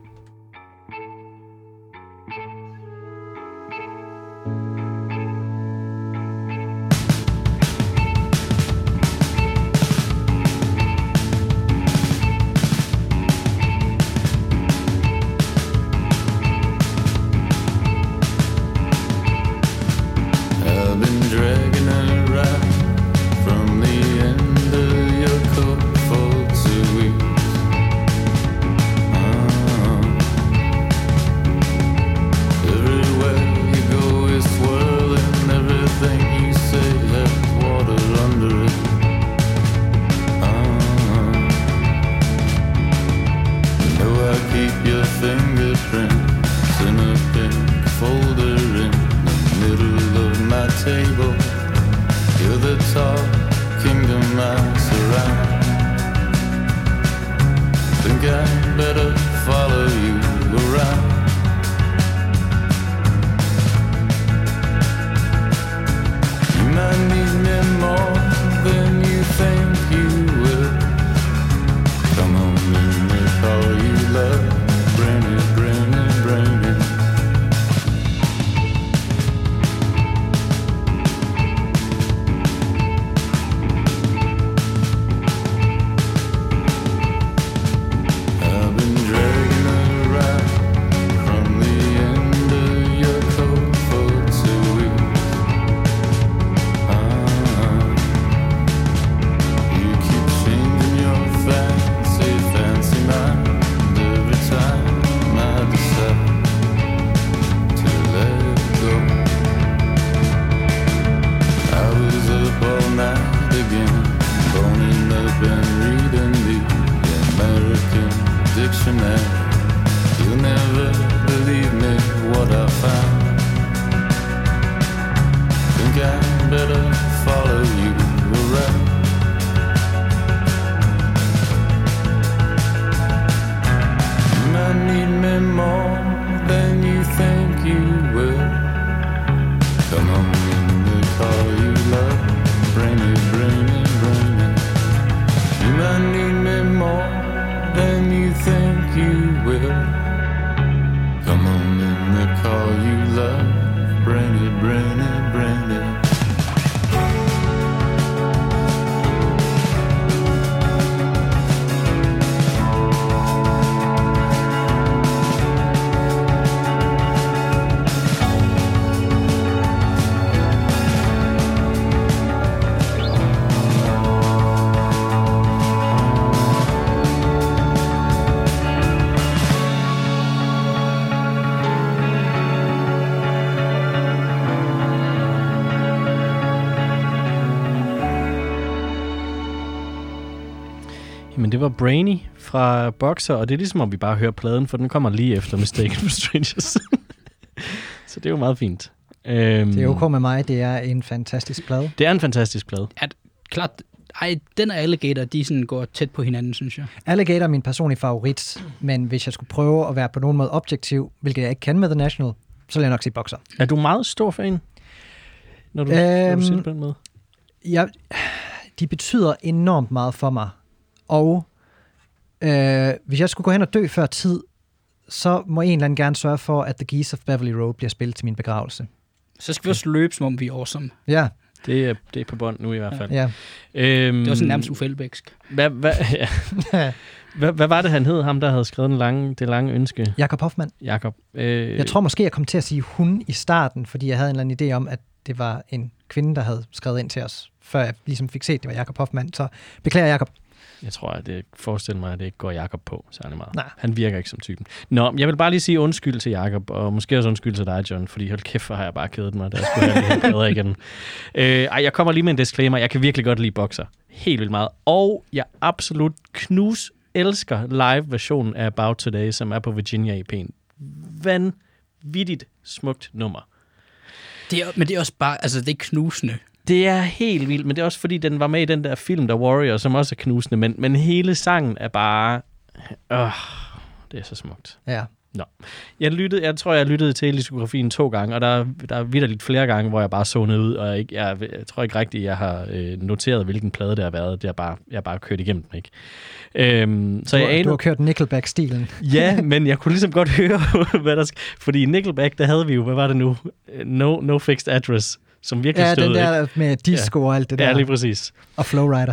Jamen, det var Brainy fra Boxer, og det er ligesom, om vi bare hører pladen, for den kommer lige efter Mistaken for Strangers. Så det er jo meget fint. Øhm, Det er okay med mig, det er en fantastisk plade. Det er en fantastisk plade. At, klart, ej, den og Alligator, de sådan går tæt på hinanden, synes jeg. Alligator er min personlige favorit, men hvis jeg skulle prøve at være på nogen måde objektiv, hvilket jeg ikke kan med The National, så vil jeg nok sige Boxer. Er du meget stor fan, når du, øhm, når du siger det på den måde? Jeg, de betyder enormt meget for mig, og øh, hvis jeg skulle gå hen og dø før tid, så må en eller anden gerne sørge for, at The Geese of Beverly Road bliver spillet til min begravelse. Så skal vi også løbe, som om vi er awesome. Ja. Det er, det er på bånd nu i hvert fald. Ja. Øhm, Det var sådan nærmest ufældbæksk. Hvad, hvad, ja. hvad, hvad var det, han hed, ham der havde skrevet den lange, det lange ønske? Jakob Hoffmann. Jakob. Øh, Jeg tror måske, jeg kom til at sige hun i starten, fordi jeg havde en eller anden idé om, at det var en kvinde, der havde skrevet ind til os, før jeg ligesom fik set, at det var Jakob Hoffmann. Så beklager, Jakob. Jeg tror, at det forestiller mig, at det ikke går Jakob på særlig meget. Nej. Han virker ikke som typen. Nå, jeg vil bare lige sige undskyld til Jakob, og måske også undskyld til dig, John, fordi hold kæft, hvor har jeg bare kedet mig, da jeg skulle have det her igen. Øh, ej, jeg kommer lige med en disclaimer. Jeg kan virkelig godt lide Boxer. Helt vildt meget. Og jeg absolut knus elsker live-versionen af About Today, som er på Virginia E P'en. Vanvittigt smukt nummer. Det er, men det er også bare, altså det er knusende. Det er helt vildt, men det er også fordi, den var med i den der film, der Warrior, som også er knusende, men, men hele sangen er bare... Øh, det er så smukt. Ja. Nå. Jeg, lyttede, jeg tror, jeg lyttede til diskografien to gange, og der, der er vitterligt flere gange, hvor jeg bare zonede ud, og jeg, ikke, jeg, jeg tror ikke rigtigt, jeg har øh, noteret, hvilken plade det har været. Det er bare, jeg har bare kørt igennem den, ikke? Øhm, så Du, jeg anede, du har kørt Nickelback-stilen. ja, men jeg kunne ligesom godt høre, hvad der sk- fordi i Nickelback, der havde vi jo, hvad var det nu? No, no Fixed Address, som virkelig Ja, stod, den der ikke? med disco ja. og alt det der. Ja, lige præcis. Og Flowrider.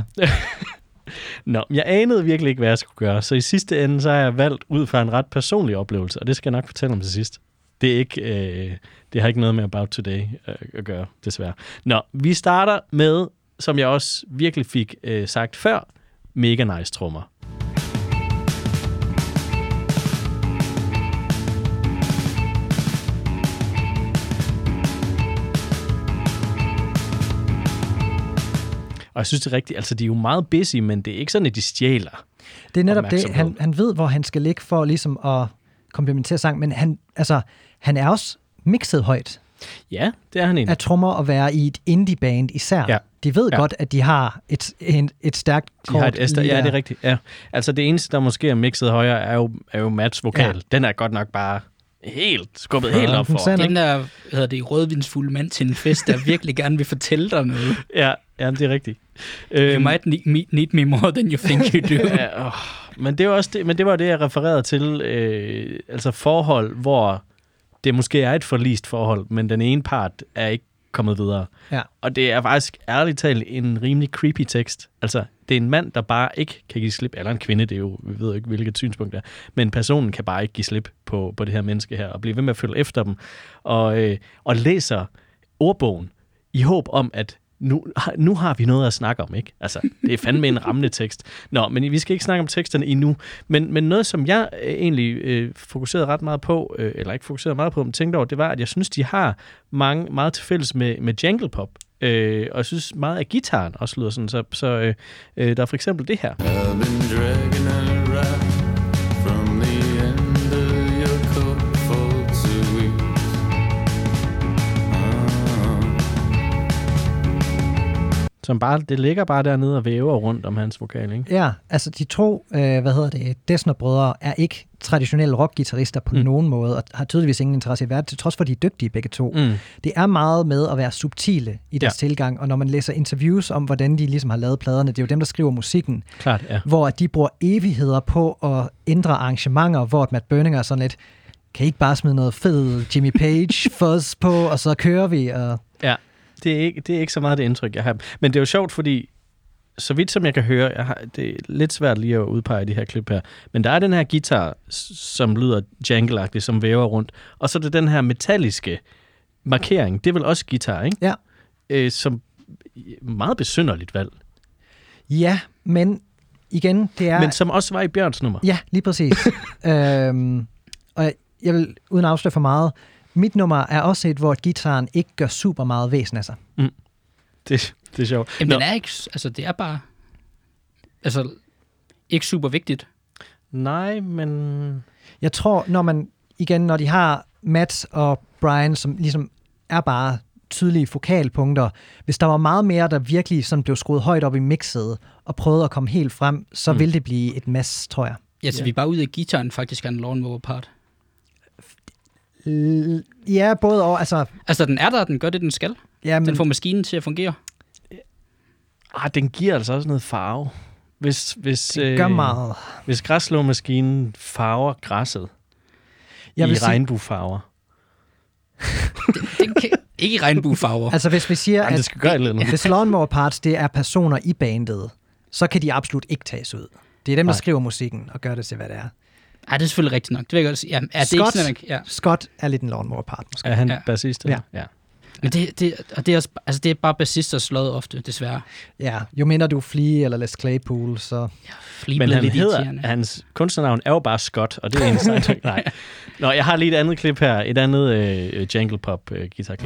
Nå, jeg anede virkelig ikke, hvad jeg skulle gøre, så i sidste ende, så har jeg valgt ud fra en ret personlig oplevelse, og det skal jeg nok fortælle om til sidst. Det er ikke, øh, det har ikke noget med About Today øh, at gøre, desværre. Nå, vi starter med, som jeg også virkelig fik øh, sagt før, mega nice trommer. Og jeg synes, det er rigtigt. Altså, de er jo meget busy, men det er ikke sådan, at de stjæler. Det er netop det. Han, han ved, hvor han skal ligge for ligesom at komplementere sang, men han, altså, han er også mixet højt. Ja, det er han egentlig. At trommer at være i et indie-band især. Ja. De ved ja. godt, at de har et, et, et stærkt kort. De har et ester, ja, det er rigtigt. Ja. Altså, det eneste, der måske er mixet højere, er jo, er jo Mats vokal. Ja. Den er godt nok bare helt skubbet ja, helt op for. Det er den der, hedder det, rødvinsfulde mand til en fest, der virkelig gerne vil fortælle dig noget. Ja, ja, det er rigtigt. You might need, need me more than you think you do. ja, oh, men det var også det, men det var det, jeg refererede til. Øh, altså forhold, hvor det måske er et forlist forhold, men den ene part er ikke kommet videre. Ja. Og det er faktisk ærligt talt en rimelig creepy tekst. Altså, det er en mand, der bare ikke kan give slip, eller en kvinde, det er jo, vi ved ikke, hvilket synspunkt det er, men personen kan bare ikke give slip på, på det her menneske her, og blive ved med at følge efter dem, og, øh, og læser ordbogen i håb om, at Nu, nu har vi noget at snakke om, ikke? Altså, det er fandme en rammende tekst. Nå, men vi skal ikke snakke om teksterne endnu. Men, men noget, som jeg øh, egentlig øh, fokuserede ret meget på, øh, eller ikke fokuserede meget på, men tænkte over, det var, at jeg synes, de har mange, meget til fælles med, med jangle pop. Øh, og jeg synes meget af gitaren også lyder sådan. Så, så øh, øh, der er for eksempel det her. Som bare, det ligger bare dernede og væver rundt om hans vokal, ikke? Ja, altså de to, øh, hvad hedder det, Dessner-brødre er ikke traditionelle rockguitarister på mm. nogen måde, og har tydeligvis ingen interesse i verden, til trods for, at de er dygtige begge to. Mm. Det er meget med at være subtile i deres ja. tilgang, og når man læser interviews om, hvordan de ligesom har lavet pladerne, det er jo dem, der skriver musikken, klart, ja. hvor de bruger evigheder på at ændre arrangementer, hvor Matt Berninger er sådan lidt, kan I ikke bare smide noget fed Jimmy Page fuzz på, og så kører vi, og... Ja. Det er, ikke, det er ikke så meget det indtryk, jeg har. Men det er jo sjovt, fordi så vidt som jeg kan høre, jeg har, det er lidt svært lige at udpege de her klip her, men der er den her guitar, som lyder jangle-agtig, som væver rundt, og så er det den her metalliske markering, det er vel også guitar, ikke? Ja. Øh, som meget besynderligt valg. Ja, men igen, det er... Men som også var i Bjørns nummer. Ja, lige præcis. øhm, og jeg vil, uden at afsløre for meget, mit nummer er også et, hvor gitaren ikke gør super meget væsen af sig. Mm. Det, det er sjovt. Jamen, den er ikke... Altså, det er bare... Altså, ikke super vigtigt. Nej, men... Jeg tror, når man igen, når de har Matt og Brian, som ligesom er bare tydelige fokalpunkter, hvis der var meget mere, der virkelig sådan blev skruet højt op i mixet og prøvede at komme helt frem, så mm. ville det blive et mess, tror jeg. Ja, så ja. vi er bare ude af guitaren faktisk er en lawnmower part. L- ja, både og. Altså, altså, den er der, den gør det, den skal. Ja, men... Den får maskinen til at fungere. Ah, den giver altså også noget farve. Hvis, hvis, det gør øh, meget. Hvis græsslåmaskinen farver græsset jeg i sige... regnbuefarver. den, den kan... Ikke i regnbuefarver. Altså, hvis vi siger, Jamen, det skal gøre at hvis lawnmower parts, det er personer i bandet, så kan de absolut ikke tages ud. Det er dem, der Nej. skriver musikken og gør det til, hvad det er. Ej, det er selvfølgelig rigtigt nok. Det vil jeg godt sige. Ja, er det Scott, ikke sådan, ja. Scott er lidt en lawnmower part, måske. Er han ja. bassist? Ja. ja. Men det, det, og det, er også, altså det er bare bassister slået ofte, desværre. Ja, jo mindre du er Flea eller Les Claypool, så... Ja, Flea Men han lidt hedder, hans kunstnernavn er jo bare Scott, og det er en sejt. Nej. Nå, jeg har lige et andet klip her. Et andet øh, Jangle Pop øh, guitarklip.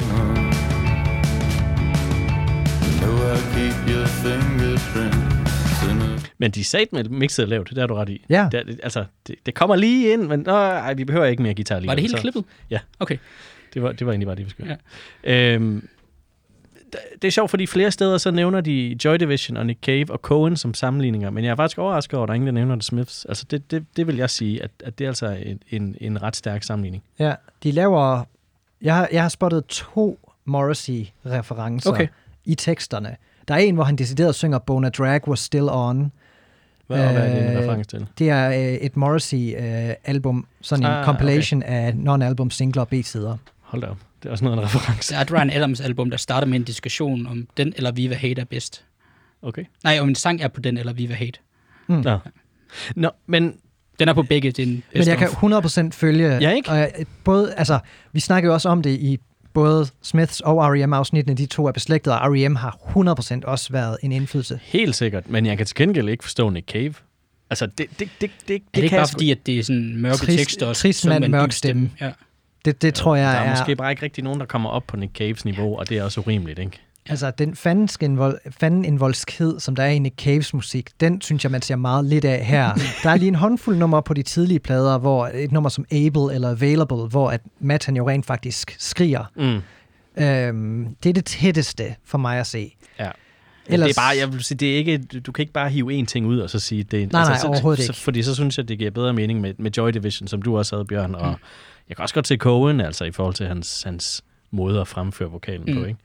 Men de sat med mixet lavt, det er du ret i. Ja. Det, altså, det, det kommer lige ind, men nå, ej, vi behøver ikke mere guitar lige. Var det helt så, klippet? Ja. Okay. Det var, det var egentlig bare det, vi skulle. Ja. Øhm, det er sjovt, fordi flere steder så nævner de Joy Division og Nick Cave og Cohen som sammenligninger, men jeg er faktisk overrasket over, at der er ingen, der nævner The Smiths. Altså det, det, det vil jeg sige, at, at det er altså en, en, en ret stærk sammenligning. Ja, de laver... Jeg har, jeg har spottet to Morrissey-referencer okay. i teksterne. Der er en, hvor han decideret synger Bona Drag Was Still On. Hvad, øh, hvad er det en reference til? Det er øh, et Morrissey-album, øh, sådan en ah, compilation okay. af non-album singler og B-sider. Hold da op. Det er også noget af en reference. Det er et Ryan Adams album, der starter med en diskussion om den eller Viva Hate er bedst. Okay. Nej, om en sang er på den eller Viva Hate. Mm. Ja. Nå, men... Den er på begge, det er den bedste. Men jeg kan hundrede procent følge... Ja, ikke? Og jeg, både, altså, vi snakker jo også om det i både Smiths og R E M-afsnittene. De to er beslægtet, og R E M har hundrede procent også været en indflydelse. Helt sikkert, men jeg kan til gengæld ikke forstå Nick Cave. Altså, det, det, det, det, det, er det ikke kan bare fordi, at det er sådan mørke trist, tekster? Trist mand, mørk stemme. Ja. Det, det tror jeg der er... Der er er... måske bare ikke rigtig nogen, der kommer op på Nick Caves niveau, og det er også urimeligt, ikke? Altså, den fanden-indvoldskhed, som der er i Nick Caves musik, den synes jeg, man ser meget lidt af her. Der er lige en håndfuld nummer på de tidlige plader, hvor et nummer som Able eller Available, hvor at Matt han jo rent faktisk skriger. Mm. Øhm, det er det tætteste for mig at se. Ja. Ellers... Det er bare, jeg vil sige, det er ikke, du kan ikke bare hive én ting ud og så sige det. Nej, altså, nej, overhovedet så, ikke. Fordi så synes jeg, det giver bedre mening med, med Joy Division, som du også havde, Bjørn, og mm. jeg kan også godt se Cohen, altså i forhold til hans, hans måde at fremføre vokalen mm. på, ikke?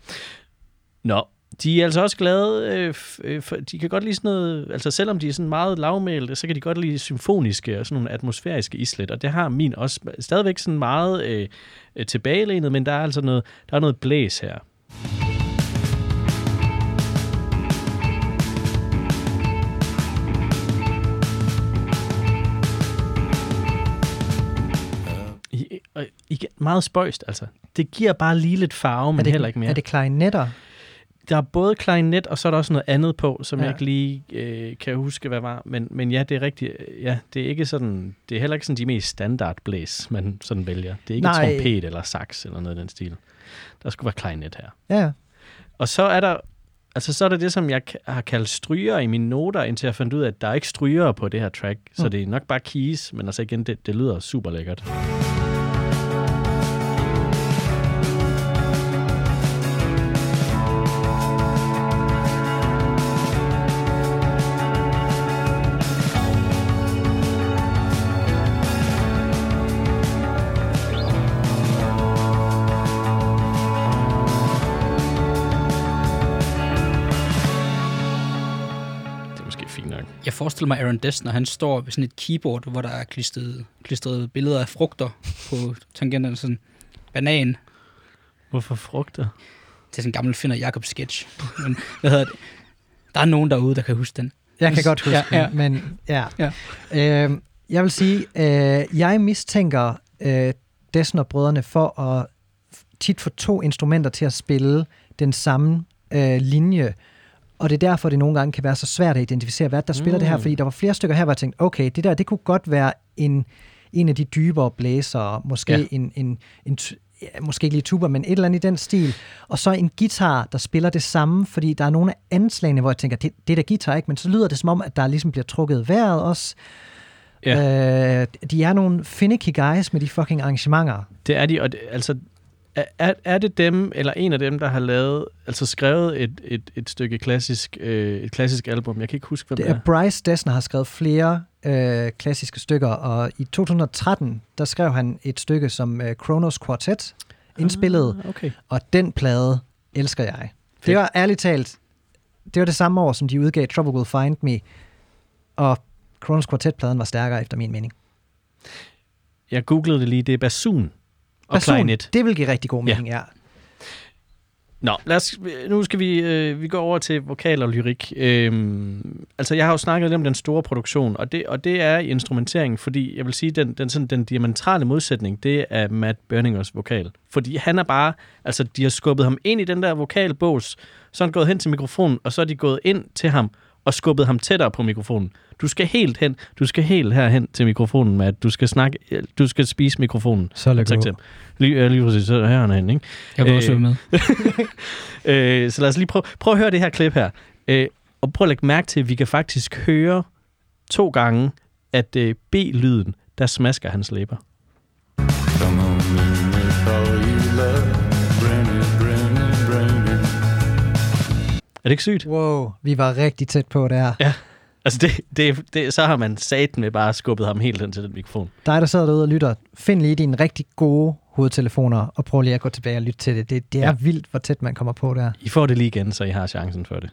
Nå, de er altså også glade, øh, for, de kan godt lide sådan noget, altså selvom de er sådan meget lavmælte, så kan de godt lide symfoniske og sådan nogle atmosfæriske islet, og det har min også stadigvæk sådan meget øh, tilbagelænet, men der er altså noget, der er noget blæs her. I, og igen, meget spøjst, altså. Det giver bare lige lidt farve, men det, heller ikke mere. Er det klarinetter? Der er både klarinet, og så er der også noget andet på, som ja. jeg ikke lige øh, kan huske, hvad var. Men, men ja, det er rigtigt. Ja, det er ikke sådan, det er heller ikke sådan de mest standard blæs, man sådan vælger. Det er ikke Nej. trompet eller sax eller noget i den stil. Der skulle være klarinet her. Ja. Og så er der, altså så er der det, som jeg har kaldt stryger i mine noter, indtil jeg fandt ud af, at der er ikke stryger på det her track. Så mm. det er nok bare keys, men altså igen, det, det lyder super lækkert. Jeg forestiller mig Aaron Dessner, han står ved sådan et keyboard, hvor der er klistret, klistret billeder af frugter på tangenterne, sådan banan. Hvorfor frugter? Det er sådan en gammel Finn og Jacob sketch. Men, hvad hedder det? Der er nogen derude, der kan huske den. Jeg kan godt huske ja, ja. den, men ja. ja. Øh, jeg vil sige, øh, jeg mistænker øh, Dessner-brødrene for at tit få to instrumenter til at spille den samme øh, linje. Og det er derfor, det nogle gange kan være så svært at identificere, hvad der spiller mm. det her. Fordi der var flere stykker her, hvor jeg tænkte, okay, det der, det kunne godt være en, en af de dybere blæsere. Måske ja. en, en, en, ja, måske ikke lige tuba, men et eller andet i den stil. Og så en guitar, der spiller det samme, fordi der er nogle af anslagene, hvor jeg tænker, det, det er der guitar, ikke? Men så lyder det som om, at der ligesom bliver trukket vejret også. Ja. Øh, de er nogle finicky guys med de fucking arrangementer. Det er de, og det, altså, er, er det dem, eller en af dem, der har lavet, altså skrevet et, et, et stykke klassisk, øh, et klassisk album? Jeg kan ikke huske, hvem det er. Det er Bryce Dessner, har skrevet flere øh, klassiske stykker, og i to tusind og tretten, der skrev han et stykke, som øh, Kronos Quartet indspillede, ah, okay. Og den plade elsker jeg. Fedt. Det var ærligt talt, det var det samme år, som de udgav Trouble Will Find Me, og Kronos Quartet-pladen var stærkere, efter min mening. Jeg googlede det lige, det er basun og basun, klarinet. Det vil give rigtig god mening, ja. ja. Nå, lad os, nu skal vi, øh, vi gå over til vokal og lyrik. Øhm, altså, jeg har jo snakket lidt om den store produktion, og det, og det er i instrumenteringen, fordi jeg vil sige, den, den, sådan, den diametrale modsætning, det er Matt Berningers vokal. Fordi han er bare, altså, de har skubbet ham ind i den der vokalbås, så er han gået hen til mikrofonen, og så er de gået ind til ham og skubbet ham tættere på mikrofonen. Du skal helt hen, du skal helt herhen til mikrofonen, Matt. Du skal snakke, du skal spise mikrofonen. Så lad gå. Lige, lige præcis, så her er han, ikke? Jeg vil også være med. øh, så lad os lige prøve, prøve at høre det her klip her. Øh, og prøv at lægge mærke til, at vi kan faktisk høre to gange, at øh, B-lyden, der smasker hans læber. Er det ikke sygt? Wow, vi var rigtig tæt på der. Ja. Altså, det, det, det, så har man satan med bare skubbet ham helt hen til den mikrofon. Dig, der sidder derude og lytter, find lige dine rigtig gode hovedtelefoner, og prøv lige at gå tilbage og lytte til det. Det, det er ja. vildt, hvor tæt man kommer på der. I får det lige igen, så I har chancen for det.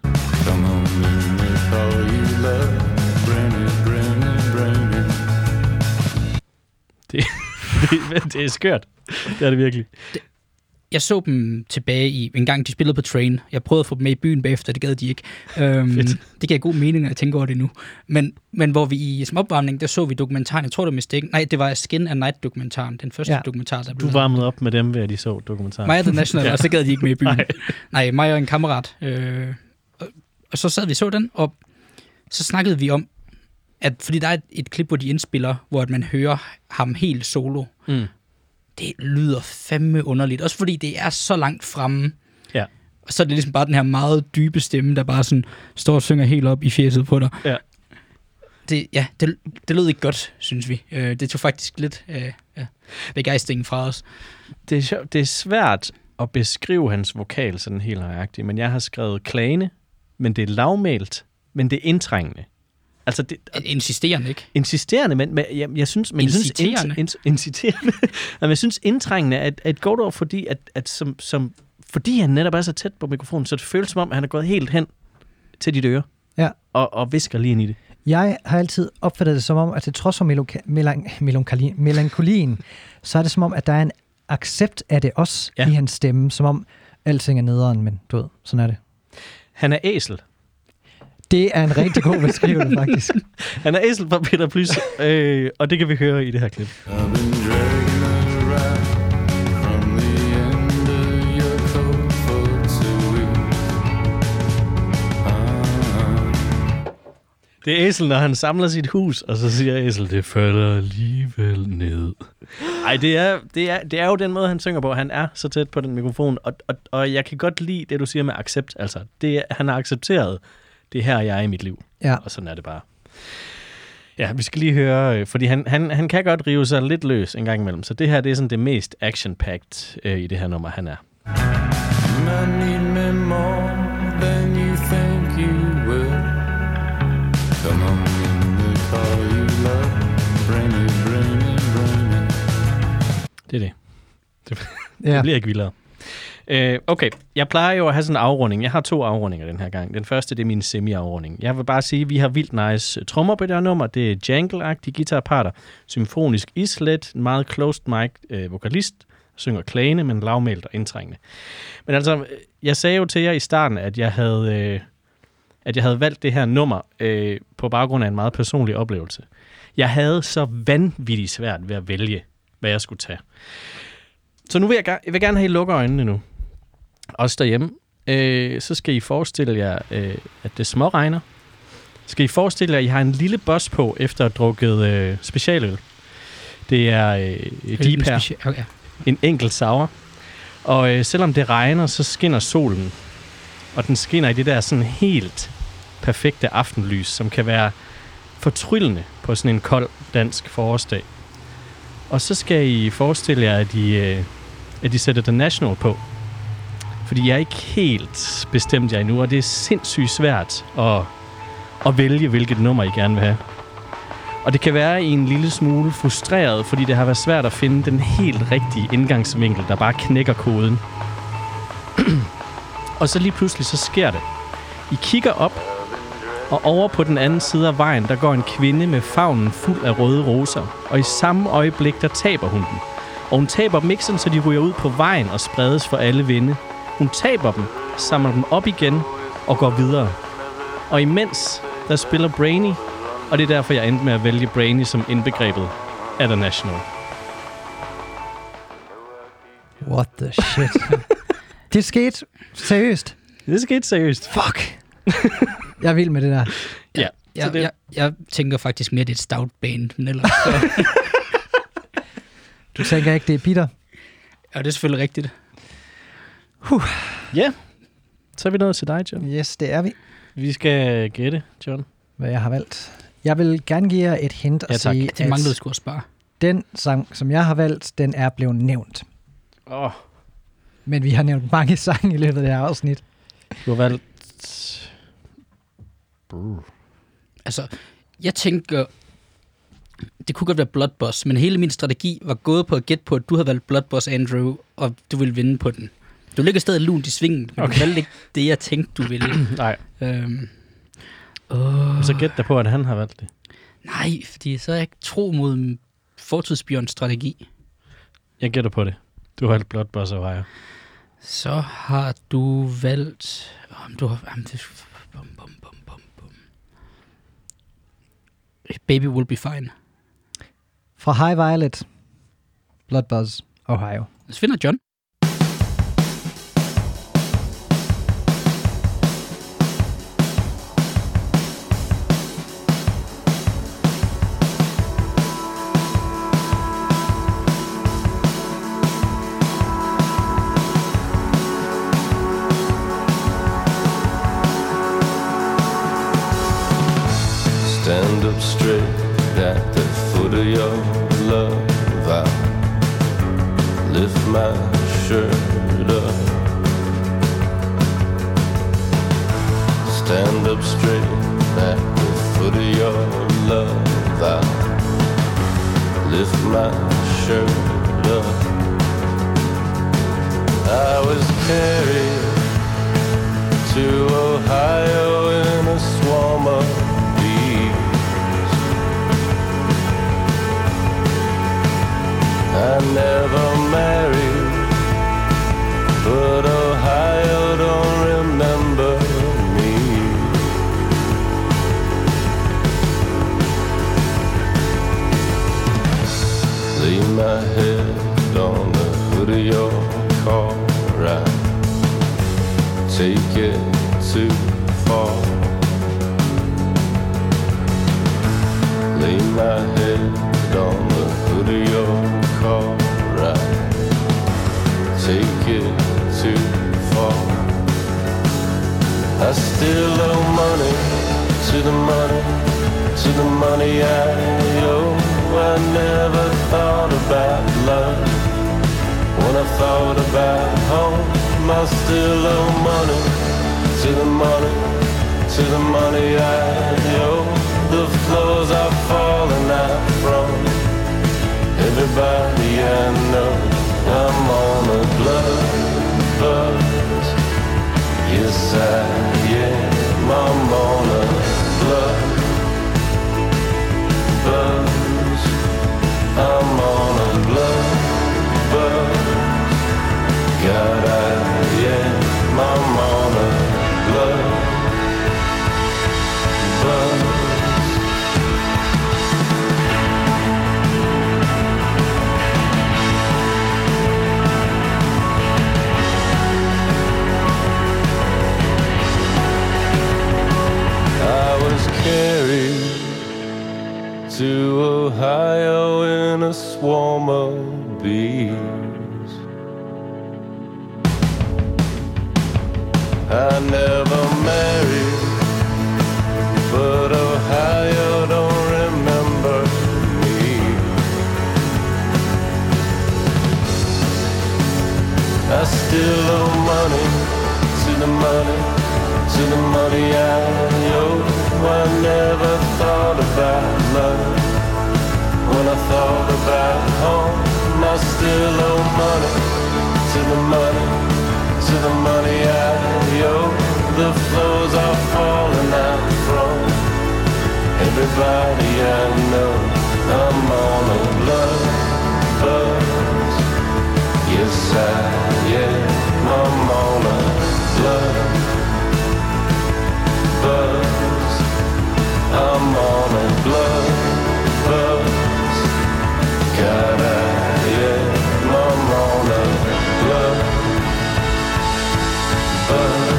Det, det, det er skørt. Det er det virkelig. Det, jeg så dem tilbage i, en gang de spillede på Train. Jeg prøvede at få dem med i byen bagefter, det gad de ikke. Øhm, det gav god mening, når jeg tænker over det nu. Men, men hvor vi i som opvarmning, der så vi dokumentaren, jeg tror det var Mistake. Nej, det var Skin and Night-dokumentaren, den første ja. dokumentar, der blev Du varmede op med dem, ved at de så dokumentaren. Mig og The National, ja. Og så gad de ikke med i byen. Nej, Nej mig og en kammerat. Øh, og, og så sad vi så den, og så snakkede vi om, at fordi der er et, et klip, hvor de indspiller, hvor man hører ham helt solo. Mm. Det lyder fandme underligt. Også fordi det er så langt fremme. Ja. Og så er det ligesom bare den her meget dybe stemme, der bare sådan står og synger helt op i fjeset på dig. Ja. Det, ja, det, det lød ikke godt, synes vi. Det tog faktisk lidt øh, ja, begejstringen fra os. Det er, sjov, det er svært at beskrive hans vokal sådan helt nøjagtigt, men jeg har skrevet klagende, men det er lavmælt, men det er indtrængende. Altså det, insisterende, ikke? Insisterende, men, men jeg, jeg synes... Men inciterende. Jeg synes, in, inciterende. men jeg synes indtrængende er et, et godt ord, fordi, at, at som, som, fordi han netop er så tæt på mikrofonen, så det føles som om, at han er gået helt hen til dit øre. Ja. Og, og visker lige ind i det. Jeg har altid opfattet det som om, at til trods for melank- melank- melankolien, melankolien så er det som om, at der er en accept af det også ja. i hans stemme, som om alting er nederen, men du ved, sådan er det. Han er æsel. Det er en rigtig god beskrivelse, faktisk. Han er æsel fra Peter Plys, øh, og det kan vi høre i det her klip. Det er æsel, når han samler sit hus, og så siger æsel, det falder alligevel ned. Ej, det er, det, er, det er jo den måde, han synger på. Han er så tæt på den mikrofon, og, og, og jeg kan godt lide det, du siger med accept. Altså, det, han har accepteret, det her jeg er i mit liv. Ja. Og sådan er det bare. Ja, vi skal lige høre, fordi han, han, han kan godt rive sig lidt løs en gang imellem, så det her, det er sådan det mest action-packed øh, i det her nummer, han er. I need me more than you think you will. Come on, we call you love. Bring it, bring it, bring it. Det er det. Det, ja. det bliver ikke vildere. Uh, okay, jeg plejer jo at have sådan en afrunding. Jeg har to afrundinger den her gang. Den første, det er min semi-afrunding. Jeg vil bare sige, at vi har vildt nice trommer på det her nummer. Det er jangle-agtige guitarparter. Symfonisk islet. En meget closed mic øh, vokalist. Synger klagende, men lavmælt og indtrængende. Men altså, jeg sagde jo til jer i starten, at jeg havde, øh, at jeg havde valgt det her nummer øh, på baggrund af en meget personlig oplevelse. Jeg havde så vanvittigt svært ved at vælge, hvad jeg skulle tage. Så nu vil jeg, jeg vil gerne have, at I lukker øjnene nu. Også derhjemme. Øh, så skal I forestille jer, øh, at det småregner. Skal I forestille jer, at I har en lille boss på, efter at have drukket øh, specialøl. Det er øh, Deep her. Okay. en enkelt sour. Og øh, selvom det regner, så skinner solen. Og den skinner i det der sådan helt perfekte aftenlys, som kan være fortryllende på sådan en kold dansk forårsdag. Og så skal I forestille jer, at I, øh, at I sætter The National på. Fordi jeg er ikke helt bestemt jer endnu, og det er sindssygt svært at, at vælge, hvilket nummer I gerne vil have. Og det kan være I en lille smule frustreret, fordi det har været svært at finde den helt rigtige indgangsvinkel, der bare knækker koden. Og så lige pludselig, så sker det. I kigger op, og over på den anden side af vejen, der går en kvinde med favnen fuld af røde roser. Og i samme øjeblik, der taber hun dem. Og hun taber dem ikke sådan, så de ryger ud på vejen og spredes for alle vinde. Hun taber dem, samler dem op igen og går videre. Og imens, der spiller Brainy, og det er derfor, jeg endte med at vælge Brainy som indbegrebet af The National. What the shit? Det skete seriøst. Det skete seriøst. Fuck. Jeg er vild med det der. Ja. Jeg, det... jeg, jeg tænker faktisk mere, det er et stout band, men ellers så... Du tænker ikke, det er Peter? Ja, det er selvfølgelig rigtigt. Huh. Ja, yeah. Så er vi nået til dig, John. Yes, det er vi. Vi skal gætte, John. Hvad jeg har valgt. Jeg vil gerne give jer et hint og ja, sige, det manglede sgu at spare. Den sang, som jeg har valgt, den er blevet nævnt. Åh. Oh. Men vi har nævnt mange sange i løbet af det her afsnit. Du har valgt... Brr. Altså, jeg tænker... Det kunne godt være Blood Boss, men hele min strategi var gået på at gætte på, at du havde valgt Blood Boss, Andrew, og du ville vinde på den. Du ligger stadig lunt i svingen, men okay. Du valgte ikke det, jeg tænkte, du ville. Nej. Øhm, uh. Så gæt dig på, at han har valgt det. Nej, fordi så er jeg ikke tro mod fortidsbjørns strategi. Jeg gætter på det. Du har valgt Blood Boss og Ohio. Så har du valgt... Om du har... Jamen, det, bum, bum, bum, bum, bum. Baby Will Be Fine. Fra High Violet. Blood Buzz, Ohio. Så finder John. Stand up straight at the foot of your love. I lift my shirt up. Stand up straight at the foot of your love. I lift my shirt up. I was carried to Ohio in a swarm of I never married, but Ohio don't remember me. Lay my head on the hood of your car, I take it too far. Lay my head on the hood of your car, right? Take it too far. I still owe money to the money, to the money I owe. I never thought about love when I thought about home. I still owe money to the money, to the money I owe. The floors are falling out from everybody I know. I'm on a blood buzz. Yes, I am. I'm on a blood buzz. I'm on a blood buzz. God, I am. I'm on a blood buzz. Carried to Ohio in a swarm of bees. I never married, but oh how you don't remember me. I still owe money to the money, to the money I owe. I never thought about love when I thought about home. I still owe money to the money, to the money I owe. The floors are falling out from everybody I know. I'm on a blood buzz. Yes I am. I'm on a blood buzz. I'm on a blood buzz. God I am. I'm on a blood buzz.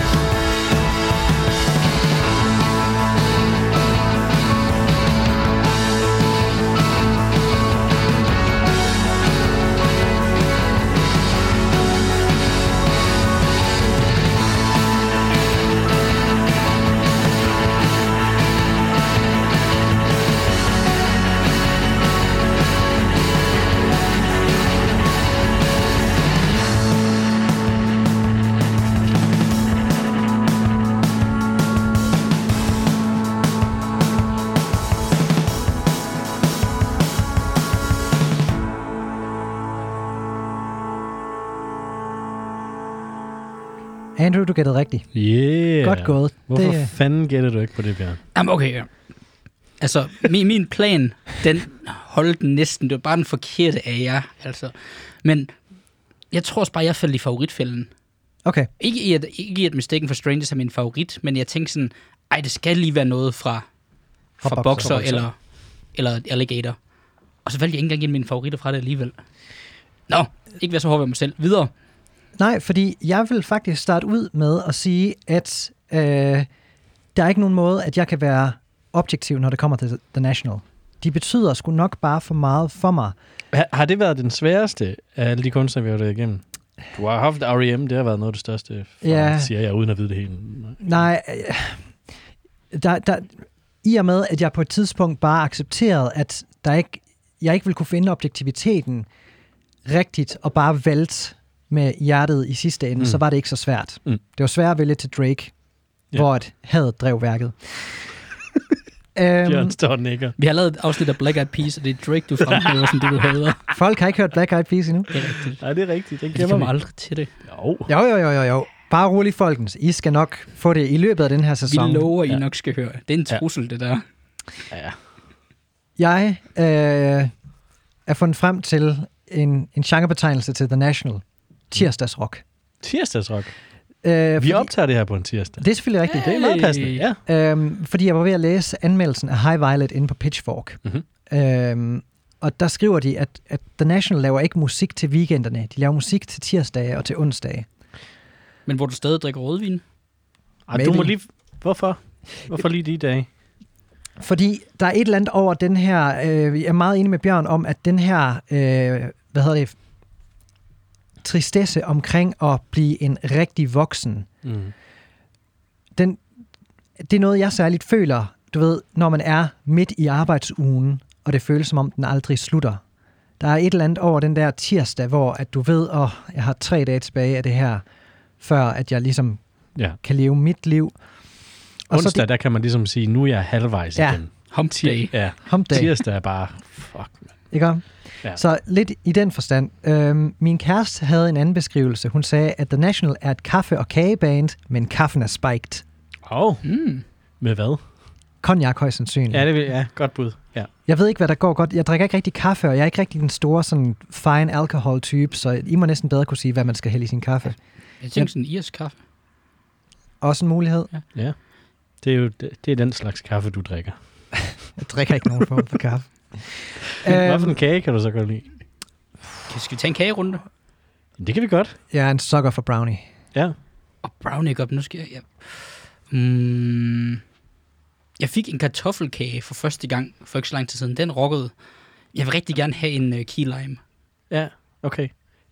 Andrew, du gættede rigtigt. Yeah. Godt gået. Hvorfor Det- fanden gætter du ikke på det, Bjørn? Jamen, okay, ja. Altså, min, min plan, den holdt næsten. Det var bare den forkerte af jer, altså. Men jeg tror også bare, jeg faldt i favoritfælden. Okay. Ikke i, at, ikke i, at Mistaken for Strangers er min favorit, men jeg tænkte sådan, ej, det skal lige være noget fra, fra, Fra fra Boxer. Boxer eller, eller Alligator. Og så valgte jeg ikke engang en af mine favoritter fra det alligevel. Nå, ikke være så hård ved mig selv. Videre. Nej, fordi jeg vil faktisk starte ud med at sige, at øh, der er ikke nogen måde, at jeg kan være objektiv, når det kommer til The National. De betyder sgu nok bare for meget for mig. Har, har det været den sværeste af alle de kunstnere, vi har været igennem? Du har haft R E M, det har været noget af det største, for, Ja. siger jeg, uden at vide det hele. Nej, øh, der, der, i og med, at jeg på et tidspunkt bare accepterede, at der ikke, jeg ikke ville kunne finde objektiviteten rigtigt, og bare valgte med hjertet i sidste ende, Mm. mm. så var det ikke så svært. Mm. Det var svært at vælge til Drake, Ja. ja. hvor et hadet drev værket. Bjørn øhm, står og nikker. Vi har lavet et afsnit af Black Eyed Peas, og det er Drake, du fremhæver, sådan det, du hader. folk har ikke hørt Black Eyed Peas endnu. Det er rigtigt. Nej, det er rigtigt. Det Vi glemmer kommer vi. aldrig til det. Jo. Jo, jo, jo, jo, jo. Bare rolig, folkens. I skal nok få det i løbet af den her Vi sæson. lover, I Ja. nok skal høre. Det er en trussel, det der. Ja. Jeg øh, er fundet frem til en, en genrebetegnelse til The National. Tirsdagsrock. Tirsdagsrock. Øh, Vi fordi- optager det her på en tirsdag. Det er selvfølgelig rigtigt. Det er meget passende, ja. Øhm, fordi jeg var ved at læse anmeldelsen af High Violet inde på Pitchfork. Mhm. Øhm, og der skriver de, at, at The National laver ikke musik til weekenderne. De laver musik til tirsdage og til onsdage. Men hvor du stadig drikker rødvin. Ej, du må Maybe. lige... Hvorfor? Hvorfor lige de dage? Fordi der er et eller andet over den her... Øh, jeg er meget enig med Bjørn om, at den her... Øh, hvad hedder det? Tristesse omkring at blive en rigtig voksen. Mm. Den, det er noget, jeg særligt føler, du ved, når man er midt i arbejdsugen, og det føles som om, den aldrig slutter. Der er et eller andet over den der tirsdag, hvor at du ved, åh, oh, jeg har tre dage tilbage af det her, før at jeg ligesom Ja. kan leve mit liv. Og Onsdag, så det, der kan man ligesom sige, nu er jeg halvvejs Ja. igen. Hump day. Ja. hump-dag, Tirsdag er bare... Fuck, man. ikke om? Ja. Så lidt i den forstand. Øhm, min kæreste havde en anden beskrivelse. Hun sagde, at The National er et kaffe- og kageband, men kaffen er spiked. Åh, oh, Mm. med hvad? Cognac højst sandsynligt. Ja, det vil ja, godt bud. Ja. Jeg ved ikke, hvad der går godt. Jeg drikker ikke rigtig kaffe, og jeg er ikke rigtig den store sådan, fine alcohol-type, så I må næsten bedre kunne sige, hvad man skal hælde i sin kaffe. Jeg tænker sådan en irsk kaffe. Også en mulighed. Ja. Det er jo det, det er den slags kaffe, du drikker. Jeg drikker ikke nogen form for kaffe. Hvad for øhm, en kage kan du så godt lide? Skal vi tage en kagerunde? Det kan vi godt. jeg er en sucker for brownie. Ja. Og brownie godt, nu skal jeg... jeg mm, jeg fik en kartoffelkage for første gang for ikke så lang tid siden. Den rockede. Jeg vil rigtig gerne have en uh, key lime. Ja, okay.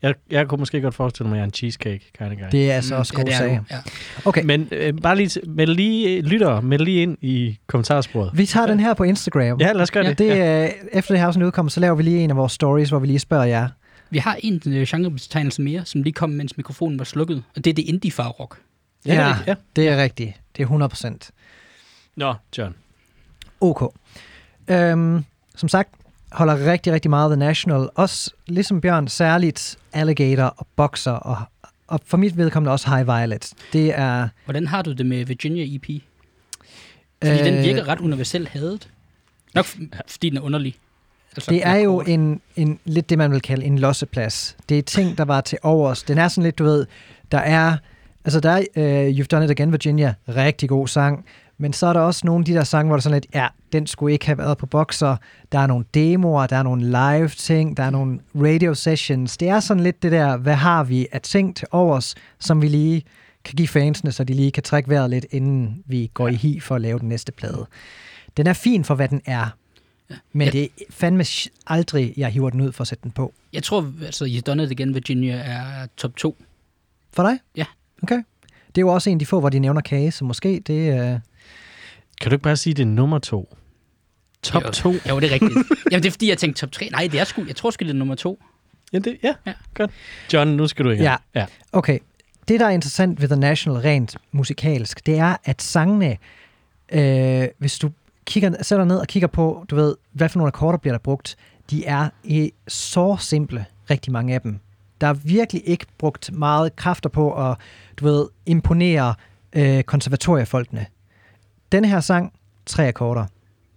Jeg, jeg kunne måske godt forestille mig, at jeg er en cheesecake kind of guy. Det er altså Mm, også ja, god det er sag. du, ja. Okay, Men øh, bare lige, meld lige lytter, meld lige ind i kommentarsporet. vi tager den her på Instagram. Ja, lad os gøre Ja. det. Det, øh, efter det her afsnit udkommer, så laver vi lige en af vores stories, hvor vi lige spørger jer. Vi har en øh, genrebetegnelse mere, som lige kom, mens mikrofonen var slukket. Og det er det indie-farrock. Ja, det er rigtigt, ja. det er rigtigt. Det er hundrede procent. Nå, John. Ok. Øhm, som sagt, holder rigtig, rigtig meget The National. Også, ligesom Bjørn, særligt Alligator og Boxer, og, og for mit vedkommende også High Violet. Det er... Hvordan har du det med Virginia E P? Fordi øh, den virker ret universelt hadet. Nok f- fordi den er underlig. Altså, Det er jo kort. en, en, lidt det, man vil kalde en losseplads. Det er ting, der var til overs. Den er sådan lidt, du ved, der er... Altså, der er uh, You've Done It Again, Virginia. Rigtig god sang. Men så er der også nogle af de der sange, hvor der sådan lidt, ja, den skulle ikke have været på Boxer. Der er nogle demoer, der er nogle live-ting, der er nogle radio-sessions. Det er sådan lidt det der, hvad har vi af ting til overs, som vi lige kan give fansene, så de lige kan trække vejret lidt, inden vi går i hi for at lave den næste plade. Den er fin for, hvad den er. Men Ja. det er fandme aldrig, jeg hiver den ud for at sætte den på. Jeg tror, altså, You've Done It Again, Virginia er top to. For dig? Ja. Okay. Det er jo også en af de få, hvor de nævner kage, så måske det er... Kan du ikke bare sige, det er nummer to? Top Jo. to? Jo, det er rigtigt. Jamen, det er fordi, jeg tænkte top tre. Nej, det er sgu, jeg tror sgu, det er nummer to. Ja, det, ja. Ja. Godt. John, nu skal du igen. Ja. ja. Okay. Det, der er interessant ved The National rent musikalsk, det er, at sangene, øh, hvis du kigger, sætter ned og kigger på, du ved, hvad for nogle akkorder bliver der brugt, de er i så simple, rigtig mange af dem. Der er virkelig ikke brugt meget kræfter på at, du ved, imponere øh, konservatoriefolkene. Denne her sang, tre akkorder.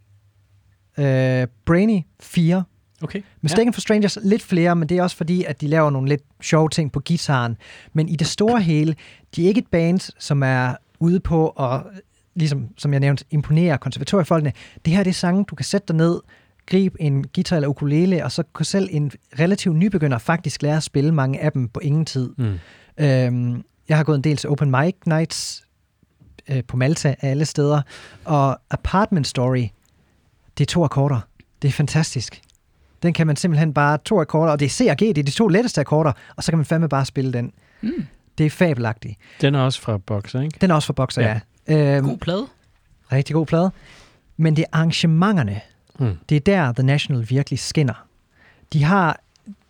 Øh, Brainy, fire. Okay. Mistaken for Strangers, lidt flere, men det er også fordi, at de laver nogle lidt sjove ting på gitaren. Men i det store hele, de er ikke et band, som er ude på at, ligesom som jeg nævnte, imponere konservatoriefolkene. Det her det er sange, du kan sætte dig ned, gribe en guitar eller ukulele, og så kan selv en relativ nybegynder faktisk lære at spille mange af dem på ingen tid. Mm. Øhm, jeg har gået en del til open mic nights øh, på Malta af alle steder, og Apartment Story, det er to akkorder. Det er fantastisk. Den kan man simpelthen bare, to akkorder, og det er C og G, det er de to letteste akkorder, og så kan man fandme bare spille den. Mm. Det er fabelagtigt. Den er også fra Boxer, ikke? Den er også for Boxer, ja. ja. Øhm, God plade. rigtig god plade. Men det er arrangementerne, Mm. det er der The National virkelig skinner. De har,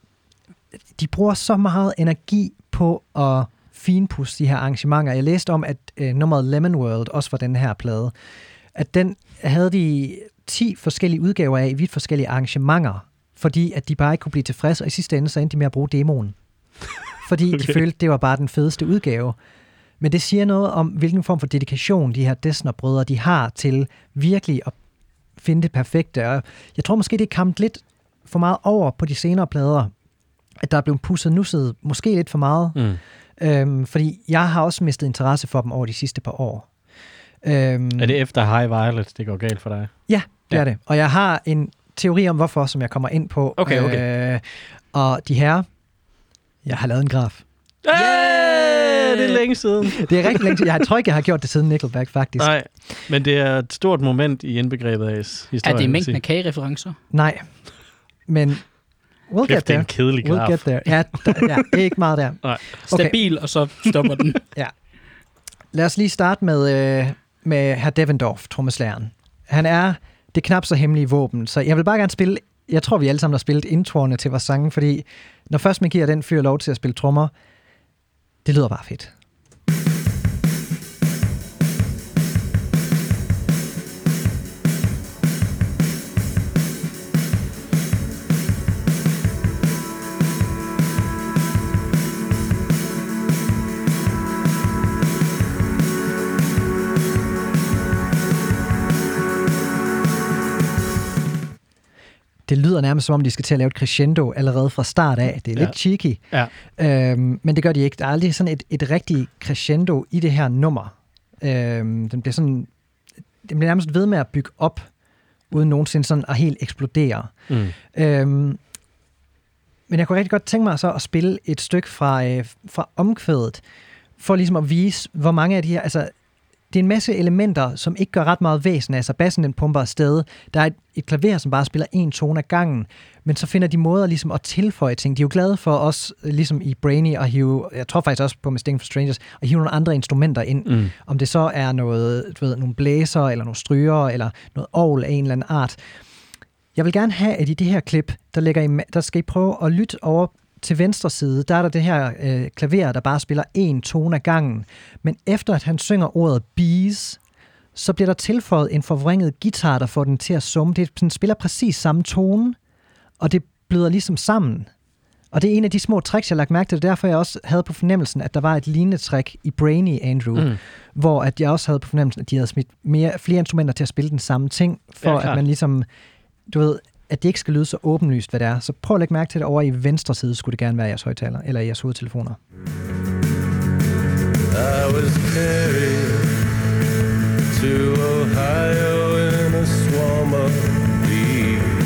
de bruger så meget energi på at finpudse de her arrangementer. Jeg læste om, at øh, nummeret Lemon World også var den her plade. At den havde de ti forskellige udgaver af i vidt forskellige arrangementer, fordi at de bare ikke kunne blive tilfredse, og i sidste ende så endte de med at bruge demoen. Fordi okay. de følte, det var bare den fedeste udgave. Men det siger noget om, hvilken form for dedikation de her Dessner-brødre, de har til virkelig at finde det perfekte. Og jeg tror måske, det er kommet lidt for meget over på de senere plader, at der er blevet pusset nusset måske lidt for meget. Mm. Øhm, fordi jeg har også mistet interesse for dem over de sidste par år. Øhm, Er det efter High Violet, det går galt for dig? Ja, det Ja. er det. Og jeg har en teori om, hvorfor, som jeg kommer ind på. Okay, okay. Øh, og de her, jeg har lavet en graf. Yeah! Det er længe siden. Det er rigtig længe siden. Jeg tror ikke, jeg har gjort det siden Nickelback, faktisk. Nej, men det er et stort moment i indbegrebet af historien. Er det mængden af kagereferencer? Nej, men we'll Kæft, get det er there. en kedelig We'll graf. get there. Ja, der, ja, det er ikke meget der. Nej. Stabil, og så stopper den. Lad os lige starte med, øh, med herr Devendorf, trommeslageren. Han er det knap så hemmelige våben, så jeg vil bare gerne spille, jeg tror, vi alle sammen har spillet introerne til vores sange, fordi når først man giver den fyr lov til at spille trommer, det lyder bare fedt. Det lyder nærmest som om, de skal til at lave et crescendo allerede fra start af. Det er Ja. lidt cheeky. Ja. Øhm, men det gør de ikke. Der er aldrig sådan et, et rigtigt crescendo i det her nummer. Øhm, den bliver sådan, den bliver nærmest ved med at bygge op, uden nogensinde sådan at helt eksplodere. Mm. Øhm, men jeg kunne rigtig godt tænke mig så at spille et stykke fra, øh, fra omkvædet, for ligesom at vise, hvor mange af de her, altså det er en masse elementer, som ikke gør ret meget væsen af sig. Bassen den pumper afsted. Der er et, et klaver, som bare spiller en tone ad gangen, men så finder de måder ligesom at tilføje ting. De er jo glade for os, ligesom i Brainy, at hive, jeg tror faktisk også på Mistaken for Strangers, at hive nogle andre instrumenter ind. Mm. Om det så er noget, du ved, nogle blæser, eller nogle stryger, eller noget orgel af en eller anden art. Jeg vil gerne have, at i det her klip, der, lægger I, der skal I prøve at lytte over til venstre side. Der er der det her øh, klaver, der bare spiller en tone ad gangen. Men efter at han synger ordet bees, så bliver der tilføjet en forvrænget guitar, der får den til at summe. Det den spiller præcis samme tone, og det bløder ligesom sammen. Og det er en af de små tricks, jeg har lagt mærke til. Det er derfor, jeg også havde på fornemmelsen, at der var et lignende trick i Brainy, Andrew, mm. hvor at jeg også havde på fornemmelsen, at de havde smidt mere, flere instrumenter til at spille den samme ting, for ja, at man ligesom, du ved, at det ikke skal lyde så åbenlyst, hvad det er. Så prøv at lægge mærke til det over i venstre side, skulle det gerne være jeres højtaler, eller jeres hovedtelefoner. I was carried to Ohio in a swarm of bees.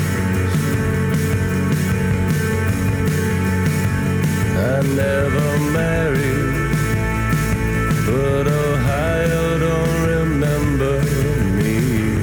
I never married, but Ohio don't remember me.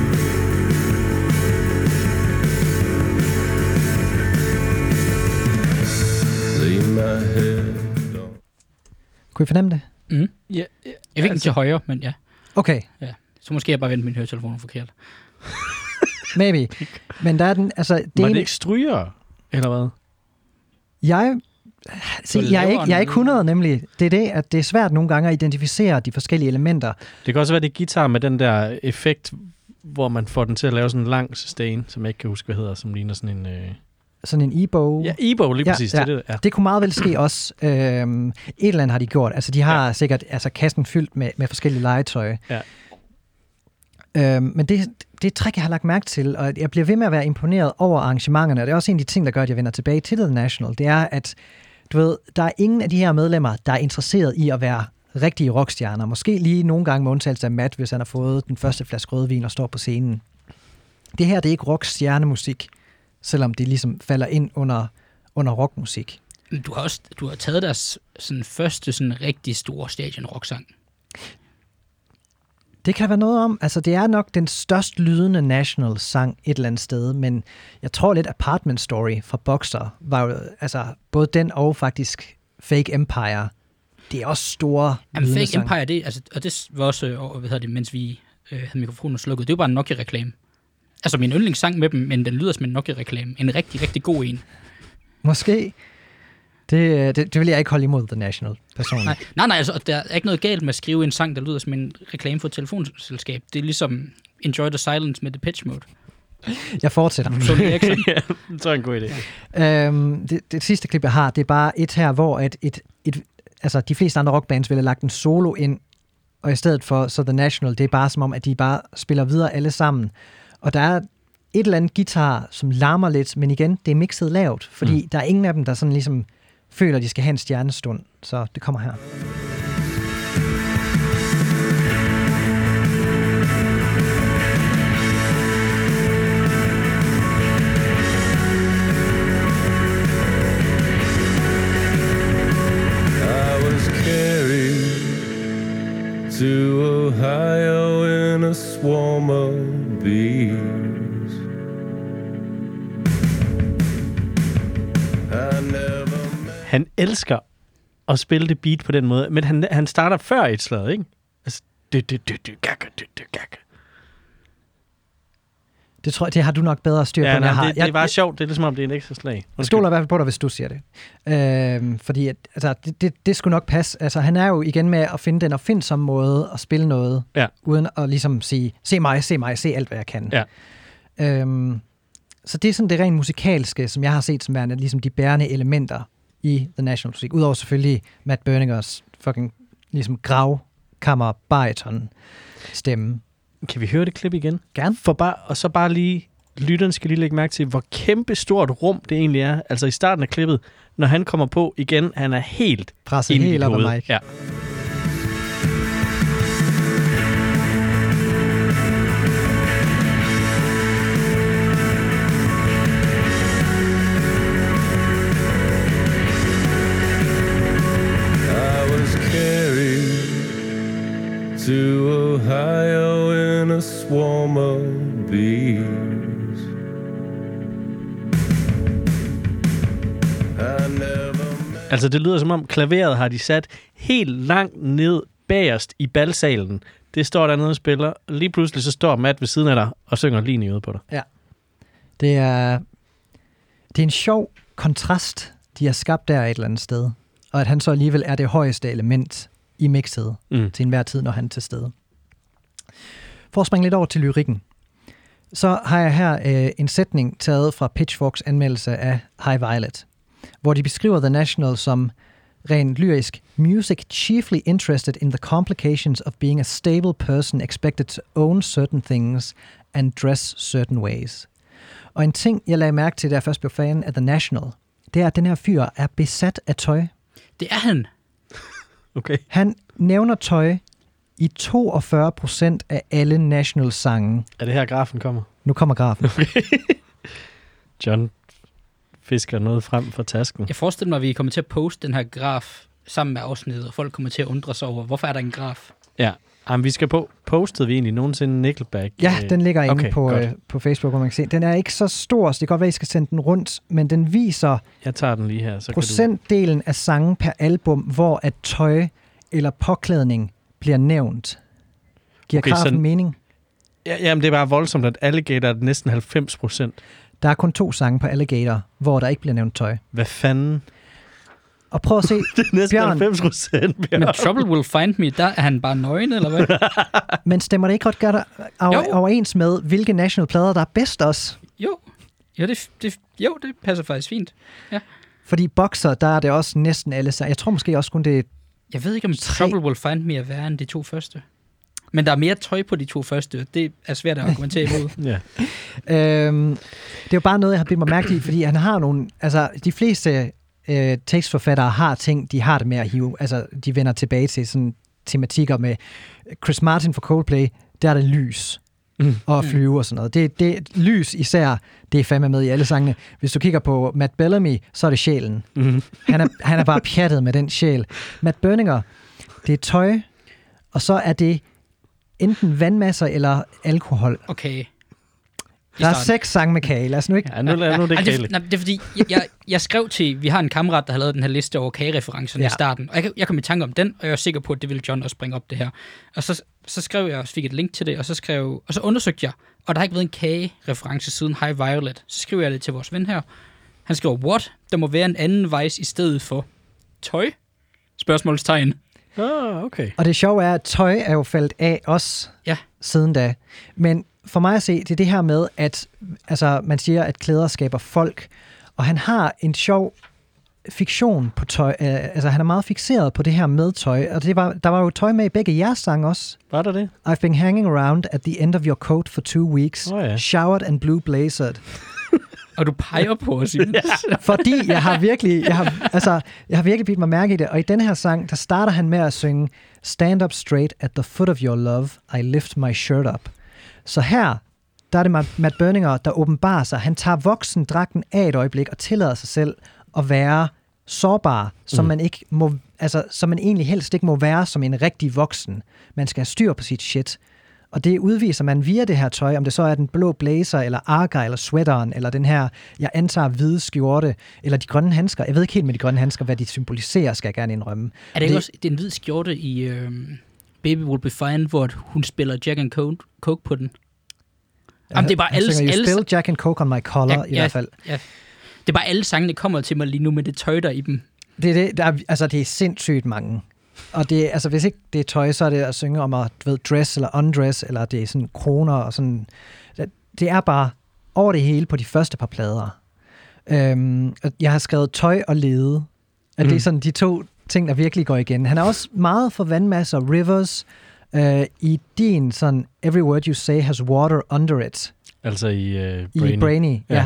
Lay my head on. Kunne I fornemme det? Mm. Yeah, yeah. Jeg fik altså, den til højre, men ja. Okay. Ja. Så måske jeg bare vendt min høretelefoner forkert. Maybe. Men der er den, altså... Det Var en, det ikke stryger, eller hvad? Jeg... Se, jeg, er ikke, jeg er ikke hundrede nemlig. Det er det, at det er svært nogle gange at identificere de forskellige elementer. Det kan også være, det er guitar med den der effekt, hvor man får den til at lave sådan en lang sustain, som jeg ikke kan huske, hvad hedder, som ligner sådan en... Øh... Sådan en e-bow. Ja, e-bow, lige ja, præcis. Ja. Det, det, ja. det kunne meget vel ske også. Øhm, et eller andet har de gjort. Altså, de har ja. sikkert altså, kassen fyldt med, med forskellige legetøj. Ja. Øhm, men det, det er et trick, jeg har lagt mærke til, og jeg bliver ved med at være imponeret over arrangementerne, og det er også en af de ting, der gør, at jeg vender tilbage til The National. Det er, at du ved, der er ingen af de her medlemmer, der er interesseret i at være rigtige rockstjerner. Måske lige nogle gange med undtagelse af Matt, hvis han har fået den første flaske rødvin og står på scenen. Det her, det er ikke rockstjernemusik, selvom det ligesom falder ind under, under rockmusik. Du har også du har taget deres sådan, første sådan, rigtig store stadion rocksang. Det kan være noget om. Altså, det er nok den størst lydende National-sang et eller andet sted, men jeg tror lidt Apartment Story fra Boxer var jo, altså, både den og faktisk Fake Empire. Det er også store Jamen, lydende Fake sang. Empire, det, altså, og det var også, hvad hedder det, mens vi øh, havde mikrofonen slukket, det var bare en Nokia-reklame. Altså, min yndlingssang med dem, men den lyder som en Nokia-reklame. En rigtig, rigtig god en. Måske. Det, det, det vil jeg ikke holde imod The National, personligt. Nej, nej, nej altså, der er ikke noget galt med at skrive en sang, der lyder som en reklame for et telefonselskab. Det er ligesom Enjoy the Silence med Depeche Mode. Jeg fortsætter. Så det er ikke sådan. Ja, det er en god idé. Øhm, det, det sidste klip, jeg har, det er bare et her, hvor et, et, et, altså, de fleste andre rockbands ville have lagt en solo ind, og i stedet for så The National, det er bare som om, at de bare spiller videre alle sammen. Og der er et eller andet guitar, som larmer lidt, men igen, det er mixet lavt, fordi mm. der er ingen af dem, der sådan ligesom føler, at de skal have en stjernestund. Så det kommer her. I was carried to Ohio in a swarm of bees. I never Han elsker at spille det beat på den måde, men han, han starter før et slag, ikke? Altså, det, det, det, det, gak, det, det, gak. Det tror jeg, det har du nok bedre styr på, ja, end nej, jeg har. det, det er bare sjovt, det er ligesom om det er en ekstra slag. Jeg stoler i hvert fald på dig, hvis du siger det. Øhm, fordi at, altså, det, det, det skulle nok passe. Altså, han er jo igen med at finde den opfindsomme måde at spille noget, ja. uden at ligesom sige, se mig, se mig, se alt, hvad jeg kan. Ja. Øhm, så det er sådan det rent musikalske, som jeg har set som værende ligesom de bærende elementer i The National musik. Udover selvfølgelig Matt Berningers fucking ligesom gravkammer bariton stemme. Kan vi høre det klip igen? Gerne. For bare, og så bare lige, lytteren skal lige lægge mærke til, hvor kæmpe stort rum det egentlig er. Altså i starten af klippet, når han kommer på igen, han er helt presset helt op af mic. Ja. to Ohio Altså, det lyder som om klaveret har de sat helt langt ned bagerst i balsalen. Det står dernede og spiller. Lige pludselig så står Matt ved siden af dig og synger lige i ude på dig. Ja. Det er, det er en sjov kontrast, de har skabt der et eller andet sted. Og at han så alligevel er det højeste element i mixet mm. til enhver tid, når han er til stede. For at springe lidt over til lyrikken, så har jeg her øh, en sætning taget fra Pitchforks anmeldelse af High Violet, hvor de beskriver The National som rent lyrisk music chiefly interested in the complications of being a stable person expected to own certain things and dress certain ways. Og en ting, jeg lagde mærke til, da jeg først blev fan af The National, det er, at den her fyr er besat af tøj. Det er han. Okay. Han nævner tøj i toogfyrre procent af alle National-sange. Er det her, grafen kommer? Nu kommer grafen. Okay. John fisker noget frem fra tasken. Jeg forestiller mig, at vi kommer til at poste den her graf sammen med afsnittet, og folk kommer til at undre sig over, hvorfor er der en graf? Ja, Jamen, vi skal på. Postede vi egentlig nogensinde Nickelback? Ja, den ligger inde okay, på, øh, på Facebook, hvor man kan se. Den er ikke så stor, så det kan godt være, at I skal sende den rundt, men den viser Jeg tager den lige her. Så procentdelen af sange per album, hvor at tøj eller påklædning bliver nævnt. Giver Okay, grafen så- mening? Ja, jamen, det er bare voldsomt, at Alligator er næsten halvfems procent. Der er kun to sange på Alligator, hvor der ikke bliver nævnt tøj. Hvad fanden? Og prøv at se, Det er næsten Bjørn. halvfems procent. Men Trouble Will Find Me, der er han bare nøgen, eller hvad? men stemmer det ikke godt godt over, Jo. overens med, hvilke national-plader, der er bedst også? Jo, jo det, det, jo, det passer faktisk fint. Fordi Boxer, der er det også næsten alle sange. Jeg tror måske også kun det er... Jeg ved ikke, om Tre. Trouble Will Find Me er værre end de to første. Men der er mere tøj på de to første. Det er svært at argumentere imod. Ja. Øhm, det er jo bare noget, jeg har blivet mig mærke i, fordi han har nogle... Altså, de fleste øh, tekstforfattere har ting, de har det med at hive. Altså, de vender tilbage til sådan tematikker med Chris Martin for Coldplay, der er det lys Mm. og flyve og sådan noget. Det, det, lys især, det er fandme med i alle sangene. Hvis du kigger på Matt Bellamy, så er det sjælen. Mm. Han er, han er bare pjattet med den sjæl. Matt Berninger, det er tøj, og så er det enten vandmasser eller alkohol. Okay. Der er seks sange med kage, lad os nu ikke... Ja, nu lader nu det Ej, det, gale. er- nej, det er fordi, jeg, jeg, jeg skrev til, vi har en kammerat, der har lavet den her liste over kagereferencerne Ja. i starten, og jeg, jeg kom i tanke om den, og jeg var sikker på, at det ville John også bringe op det her. Og så, så skrev jeg, og fik et link til det, og så skrev, og så undersøgte jeg, og der har ikke været en kagereference siden High Violet. Så skriver jeg det til vores ven her. Han skriver, what? Der må være en anden vejs i stedet for tøj? Spørgsmålstegn. Ah, okay. Og det sjove er, at tøj er jo faldet af os Ja. siden da. Men for mig at se, det er det her med, at altså, man siger, at klæder skaber folk, og han har en sjov fiktion på tøj. Øh, altså, han er meget fixeret på det her med tøj, og det var, der var jo tøj med i begge jeres sange også. Var der det? I've been hanging around at the end of your coat for two weeks, Åh, ja. showered and blue blazered. Og du peger på os, Simon. Fordi jeg har virkelig, jeg har, altså, jeg har virkelig bidt mig mærke i det. Og i den her sang, der starter han med at synge Stand up straight at the foot of your love, I lift my shirt up. Så her, der er det Matt Berninger, der åbenbarer sig. Han tager voksendragten af et øjeblik og tillader sig selv at være sårbar, som Mm. man ikke må, altså, som man egentlig helst ikke må være som en rigtig voksen. Man skal have styr på sit shit. Og det udviser man via det her tøj, om det så er den blå blazer, eller arga, eller sweateren, eller den her, jeg antager, hvide skjorte, eller de grønne handsker. Jeg ved ikke helt med de grønne handsker, hvad de symboliserer, skal jeg gerne indrømme. Er det ikke Det- også det er en hvid skjorte i øh, Baby Will Be Fine, hvor hun spiller Jack and Coke, Coke på den? Jamen, det er bare Han alle- synger, you alle- spill Jack and Coke on my collar, Ja, i ja. hvert fald. Ja. Det er bare alle sangene kommer til mig lige nu med det tøj, der er i dem. Det er, det, der er, altså, det er sindssygt mange. Og det, altså, hvis ikke det er tøj, så er det at synge om at du ved, dress eller undress, eller det er sådan kroner og sådan. Det, det er bare over det hele på de første par plader. Øhm, og jeg har skrevet tøj og lede. At mm. det er sådan de to ting, der virkelig går igen. Han er også meget for vandmasser, rivers, øh, i din sådan, every word you say has water under it. Altså i uh, Brainy. I Brainy, ja.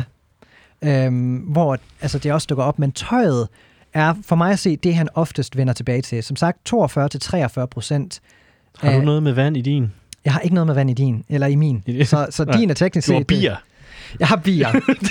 Ja. Øhm, hvor altså, det også dukker op, men tøjet er for mig at se det, han oftest vender tilbage til. Som sagt, toogfyrre til treogfyrre procent. Har du noget med vand i din? Jeg har ikke noget med vand i din, eller i min. I det? Så, så Nej. din er teknisk Du har set... bier. Jeg har bier.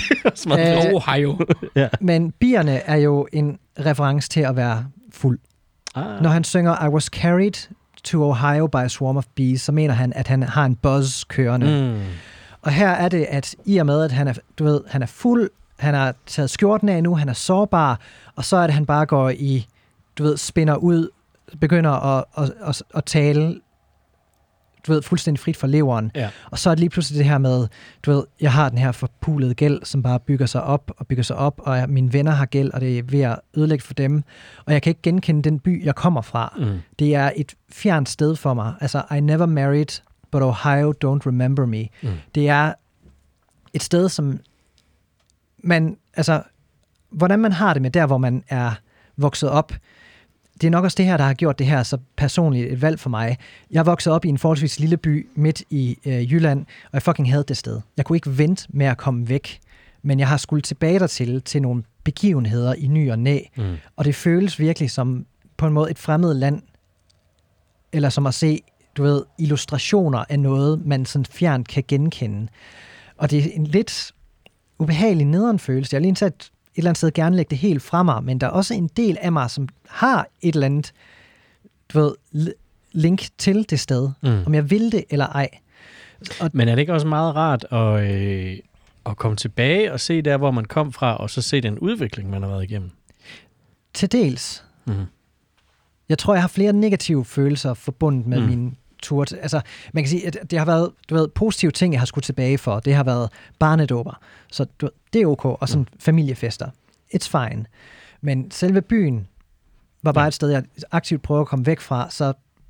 Smart. Øh, Ohio. Ja. Men bierne er jo en reference til at være fuld. Ah. Når han synger I was carried to Ohio by a swarm of bees, så mener han, at han har en buzz kørende. Mm. Og her er det, at i og med, at han er, du ved, han er fuld, han har taget skjorten af nu, han er sårbar, og så er det, han bare går i, du ved, spinner ud, begynder at, at, at, at tale, du ved, fuldstændig frit fra leveren. Ja. Og så er det lige pludselig det her med, du ved, jeg har den her forpulede gæld, som bare bygger sig op og bygger sig op, og jeg, mine venner har gæld, og det er ved at ødelægge for dem. Og jeg kan ikke genkende den by, jeg kommer fra. Mm. Det er et fjernt sted for mig. Altså, I never married, but Ohio don't remember me. Mm. Det er et sted, som man, altså, hvordan man har det med der, hvor man er vokset op, det er nok også det her, der har gjort det her så personligt et valg for mig. Jeg voksede op i en forholdsvis lille by midt i øh, Jylland, og jeg fucking havde det sted. Jeg kunne ikke vente med at komme væk, men jeg har skulle tilbage dertil til nogle begivenheder i ny og næ, mm. og det føles virkelig som på en måde et fremmed land, eller som at se, du ved, illustrationer af noget, man sådan fjernt kan genkende. Og det er en lidt ubehagelig nederen følelse. Jeg har lige indsat et eller andet sted gerne lægge det helt fra mig, men der er også en del af mig, som har et eller andet, du ved, link til det sted, mm. om jeg vil det eller ej. Og men er det ikke også meget rart at, øh, at komme tilbage og se der, hvor man kom fra, og så se den udvikling, man har været igennem? Til dels. Mm. Jeg tror, jeg har flere negative følelser forbundet med mm. min tur. Altså, man kan sige, at det har været, du ved, positive ting, jeg har skudt tilbage for. Det har været barnedåber. Så du ved, det er ok. Og sådan mm. familiefester. It's fine. Men selve byen var bare ja. et sted, jeg aktivt prøver at komme væk fra. Så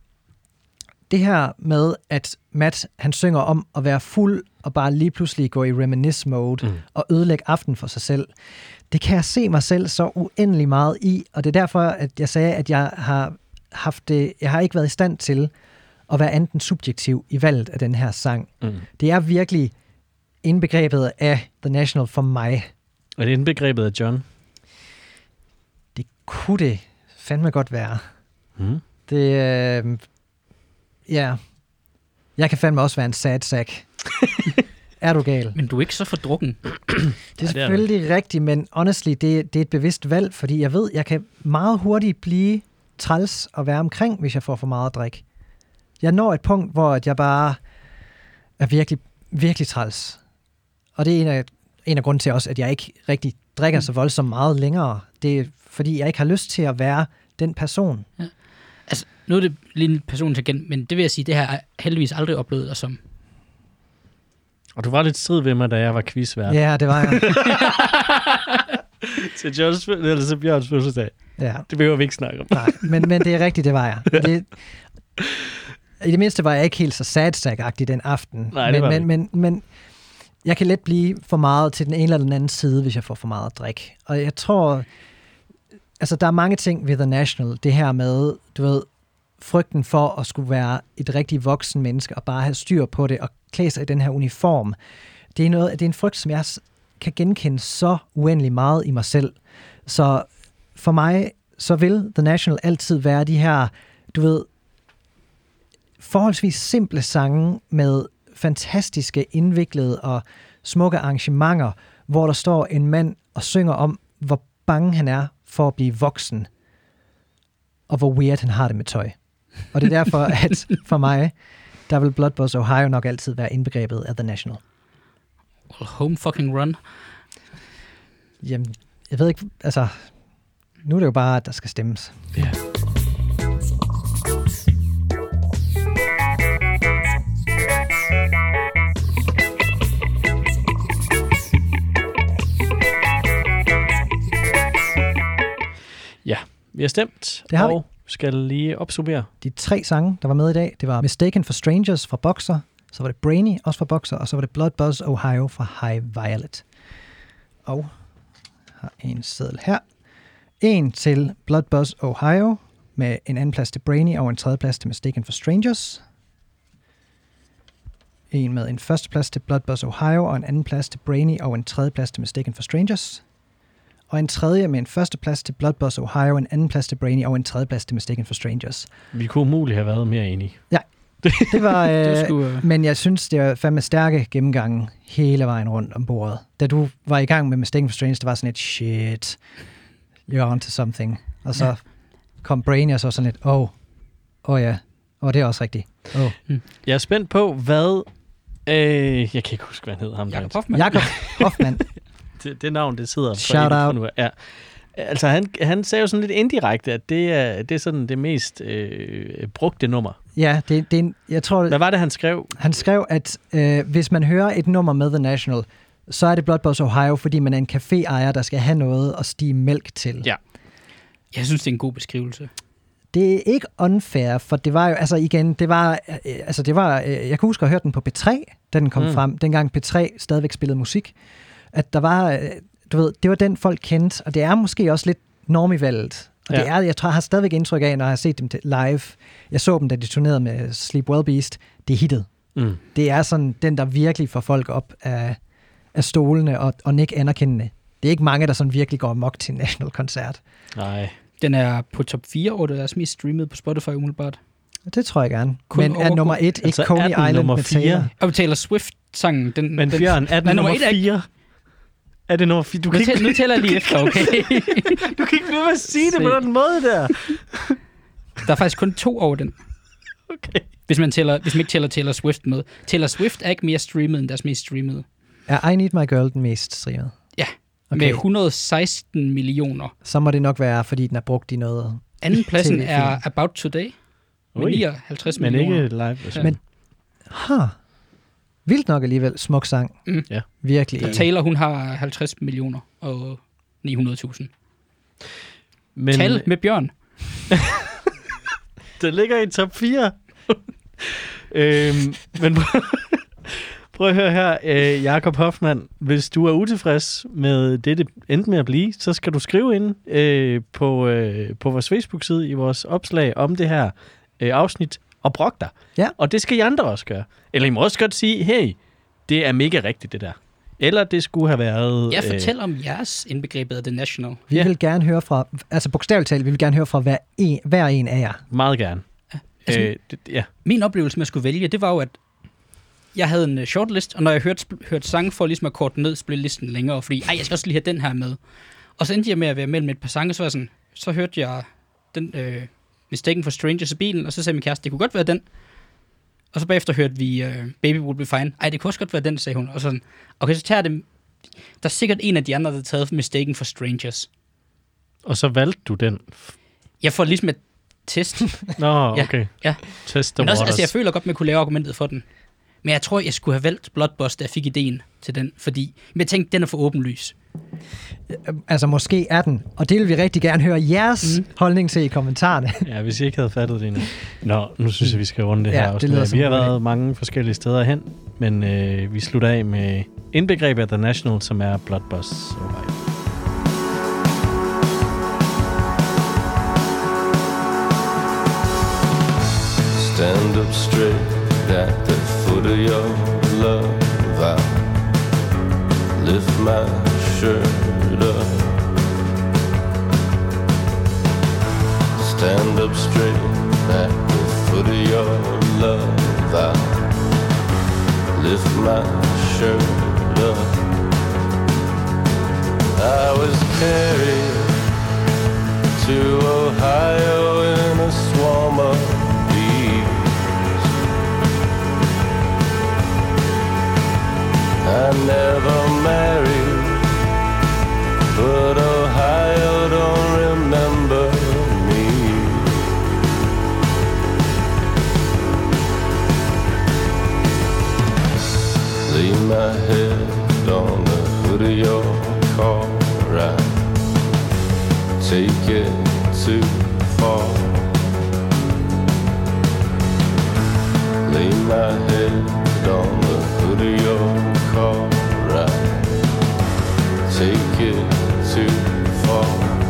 det her med, at Matt, han synger om at være fuld og bare lige pludselig gå i reminisce mode mm. og ødelægge aften for sig selv, det kan jeg se mig selv så uendelig meget i, og det er derfor, at jeg sagde, at jeg har haft det, jeg har ikke været i stand til at være enten subjektiv i valget af den her sang. Mm. Det er virkelig indbegrebet af The National for mig. Er det indbegrebet af John? Det kunne det fandme godt være. Mm. Det, øh, ja, jeg kan fandme også være en sad sack. Er du gal? Men du er ikke så fordrukken. Det er selvfølgelig ja, det er rigtigt, men honestly, det, det er et bevidst valg, fordi jeg ved, jeg kan meget hurtigt blive træls og være omkring, hvis jeg får for meget drik. Jeg når et punkt, hvor jeg bare er virkelig, virkelig træls. Og det er en af, en af grunden til også, at jeg ikke rigtig drikker så voldsomt meget længere. Det er, fordi jeg ikke har lyst til at være den person. Ja. Altså, nu er det lige en person til gen, men det vil jeg sige, det har jeg heldigvis aldrig oplevet dig som. Og du var lidt strid ved mig, da jeg var quizvært. Ja, det var jeg. til, Johns, eller til Bjørns fødselsdag. Ja. Det behøver vi ikke snakke om. Nej, men, men det er rigtigt, det var jeg. Det, I det mindste var jeg ikke helt så sad-sack-agtig den aften. Nej, det men, var men, men, men jeg kan let blive for meget til den ene eller den anden side, hvis jeg får for meget drik. Og jeg tror, altså der er mange ting ved The National. Det her med, du ved, frygten for at skulle være et rigtig voksen menneske og bare have styr på det og klæde sig i den her uniform. Det er, noget, det er en frygt, som jeg kan genkende så uendelig meget i mig selv. Så for mig, så vil The National altid være de her, du ved, forholdsvis simple sange med fantastiske, indviklede og smukke arrangementer, hvor der står en mand og synger om, hvor bange han er for at blive voksen, og hvor weird han har det med tøj. Og det er derfor, at for mig, der vil Blood Buzz Ohio nok altid være indbegrebet af The National. Well, home fucking run. Jamen, jeg ved ikke, altså, nu er det jo bare, at der skal stemmes. Ja. Yeah. Ja, vi har stemt, det har og vi. skal lige opsummere. De tre sange, der var med i dag, det var Mistaken for Strangers fra Boxer, så var det Brainy, også fra Boxer, og så var det Blood Buzz Ohio fra High Violet. Og har en seddel her. En til Blood Buzz Ohio, med en anden plads til Brainy, og en tredje plads til Mistaken for Strangers. En med en første plads til Blood Buzz Ohio, og en anden plads til Brainy, og en tredje plads til Mistaken for Strangers. Og en tredje med en første plads til Blood Buzz Ohio, en anden plads til Brainy, og en tredje plads til Mistaken for Strangers. Vi kunne umuligt have været mere enige. Ja, det var, øh, det skulle, øh... men jeg synes, det var fandme stærke gennemgange hele vejen rundt om bordet. Da du var i gang med Mistaken for Strangers, det var sådan et, shit, you're onto something. Og så ja. kom Brainy, og så sådan lidt, åh, oh, åh oh ja, og oh, det er også rigtigt. Oh. Hmm. Jeg er spændt på, hvad... Øh, jeg kan ikke huske, hvad han hedder ham. Jakob Hoffmann. Jakob Hoffmann. det, det navn, det sidder Shout for out. nu. Ja. Altså, han, han sagde jo sådan lidt indirekte, at det er, det er sådan det mest øh, brugte nummer. Ja, det, det er en, jeg tror... Hvad var det, han skrev? Han skrev, at øh, hvis man hører et nummer med The National, så er det Blood Buzz Ohio, fordi man er en caféejer, der skal have noget at stige mælk til. Ja. Jeg synes, det er en god beskrivelse. Det er ikke unfair, for det var jo, altså igen, det var, øh, altså det var, øh, jeg kan huske at høre den på P tre, da den kom mm. frem, dengang P tre stadigvæk spillede musik, at der var, øh, du ved, det var den folk kendte, og det er måske også lidt normivalget. Og ja. det er, jeg tror, jeg har stadigvæk indtryk af, når jeg har set dem live, jeg så dem, da de turnerede med Sleep Well Beast, det er hittet. Mm. Det er sådan den, der virkelig får folk op af, af stolene og, og ikke anerkendende. Det er ikke mange, der sådan virkelig går amok til en national-koncert. Nej. Den er på top fire over det, der er mest streamet på Spotify umiddelbart. Det tror jeg gerne. Kun Men er nummer et ikke altså, Coney Island nummer med fire? Taylor? Og Taylor Swift-sangen, den... Men den, Bjørn, er den nummer et er ikke- fire? Er det nummer fire? Du Nu, kan ikke, tæ- nu tæller jeg lige efter, okay? du kan ikke blive med at sige det Se. på den måde der. Der er faktisk kun to over den. Okay. Hvis man, tæller, hvis man ikke tæller Taylor Swift med. Taylor Swift er ikke mere streamet end deres mest streamede. Er I Need My Girl den mest streamede? Ja, Okay. med et hundrede og seksten millioner. Så må det nok være, fordi den er brugt i noget. Anden pladsen T V-film. er About Today med Ui. nioghalvtreds Men millioner. ikke live. Altså. Men- Ha. Vildt nok alligevel. Smuk sang. Mm. Ja. Virkelig. Og Taylor, hun har halvtreds millioner og ni hundrede tusind. Men Tal med Bjørn. det ligger i top fire. øhm, men prøv at høre her, øh, Jakob Hoffmann. Hvis du er utilfreds med det, det endte med at blive, så skal du skrive ind øh, på, øh, på vores Facebook-side i vores opslag om det her øh, afsnit og brok dig. Ja. Og det skal I andre også gøre. Eller I må også godt sige, hey, det er mega rigtigt det der. Eller det skulle have været... Jeg fortæl om jeres indbegrebet af The National. Vi Ja. vil gerne høre fra, altså bogstaveligt talt, vi vil gerne høre fra hver en, hver en af jer. Meget gerne. Altså, øh, det, ja. Min oplevelse med at skulle vælge, det var jo, at jeg havde en uh, shortlist, og når jeg hørte, hørte sange for ligesom at korte ned, så blev listen længere, fordi ej, jeg skal også lige have den her med. Og så endte jeg med at være mellem et par sange, så var jeg sådan, så hørte jeg den øh, Mistaken for Strangers i bilen, og så sagde min kæreste, det kunne godt være den. Og så bagefter hørte vi øh, Baby Would Be Fine. Ej, det kunne også godt være den, sagde hun. Og sådan, okay, så tager jeg det. Der er sikkert en af de andre, der har taget Mistaken for Strangers. Og så valgte du den. Jeg får ligesom et test. Nå, Ja, okay. ja. Test the Men også, waters. altså, jeg føler godt, at man kunne lave argumentet for den. Men jeg tror, jeg skulle have valgt Blood Buzz, da jeg fik ideen til den. Fordi men jeg tænkte, den er for åbenlys. Altså måske er den, og det vil vi rigtig gerne høre jeres mm. holdning til i kommentarerne. Ja, hvis I ikke havde fattet det endnu. Nå, nu synes jeg, vi skal runde det Ja, her det afsnit. lyder Vi som har en god været mange forskellige steder hen, men øh, vi slutter af med indbegrebet af The National, som er Blood Buzz Ohio. Stand up straight at the foot of your love. I lift my shirt up. Stand up straight at the foot of your love. I lift my shirt up. I was carried to Ohio in a swarm of bees. I never married, but Ohio don't remember me. Lay my head on the hood of your car, right? Take it too far. Lay my head on the hood of your car, right? Take it too far.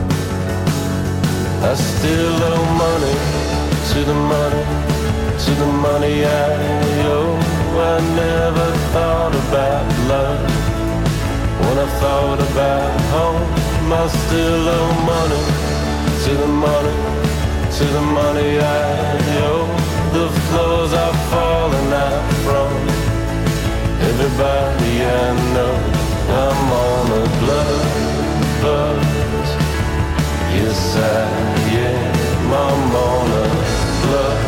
I still owe money to the money, to the money I owe. I never thought about love when I thought about home. I still owe money to the money, to the money I owe. The floors are falling out from everybody I know. I'm on a blood buzz. Yes, I am. I'm on a blood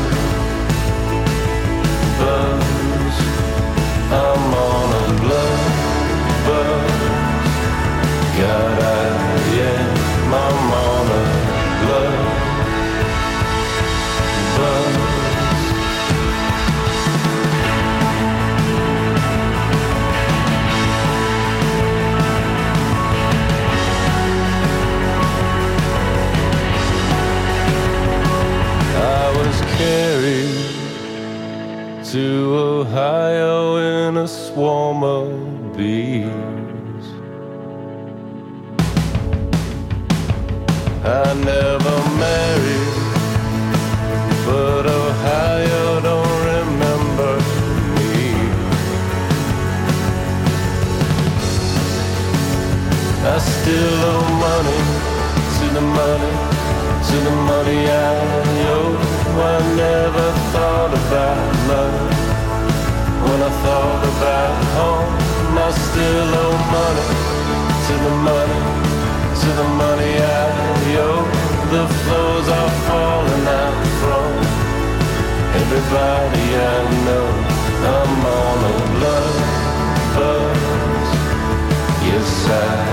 buzz. I'm on a blood buzz. I never married, but Ohio don't remember me. I still owe money to the money, to the money I owe. I never thought about love when I thought about home. I still owe money to the money, to the money I owe. The flows are falling out from everybody I know. I'm on a blood buzz, yes I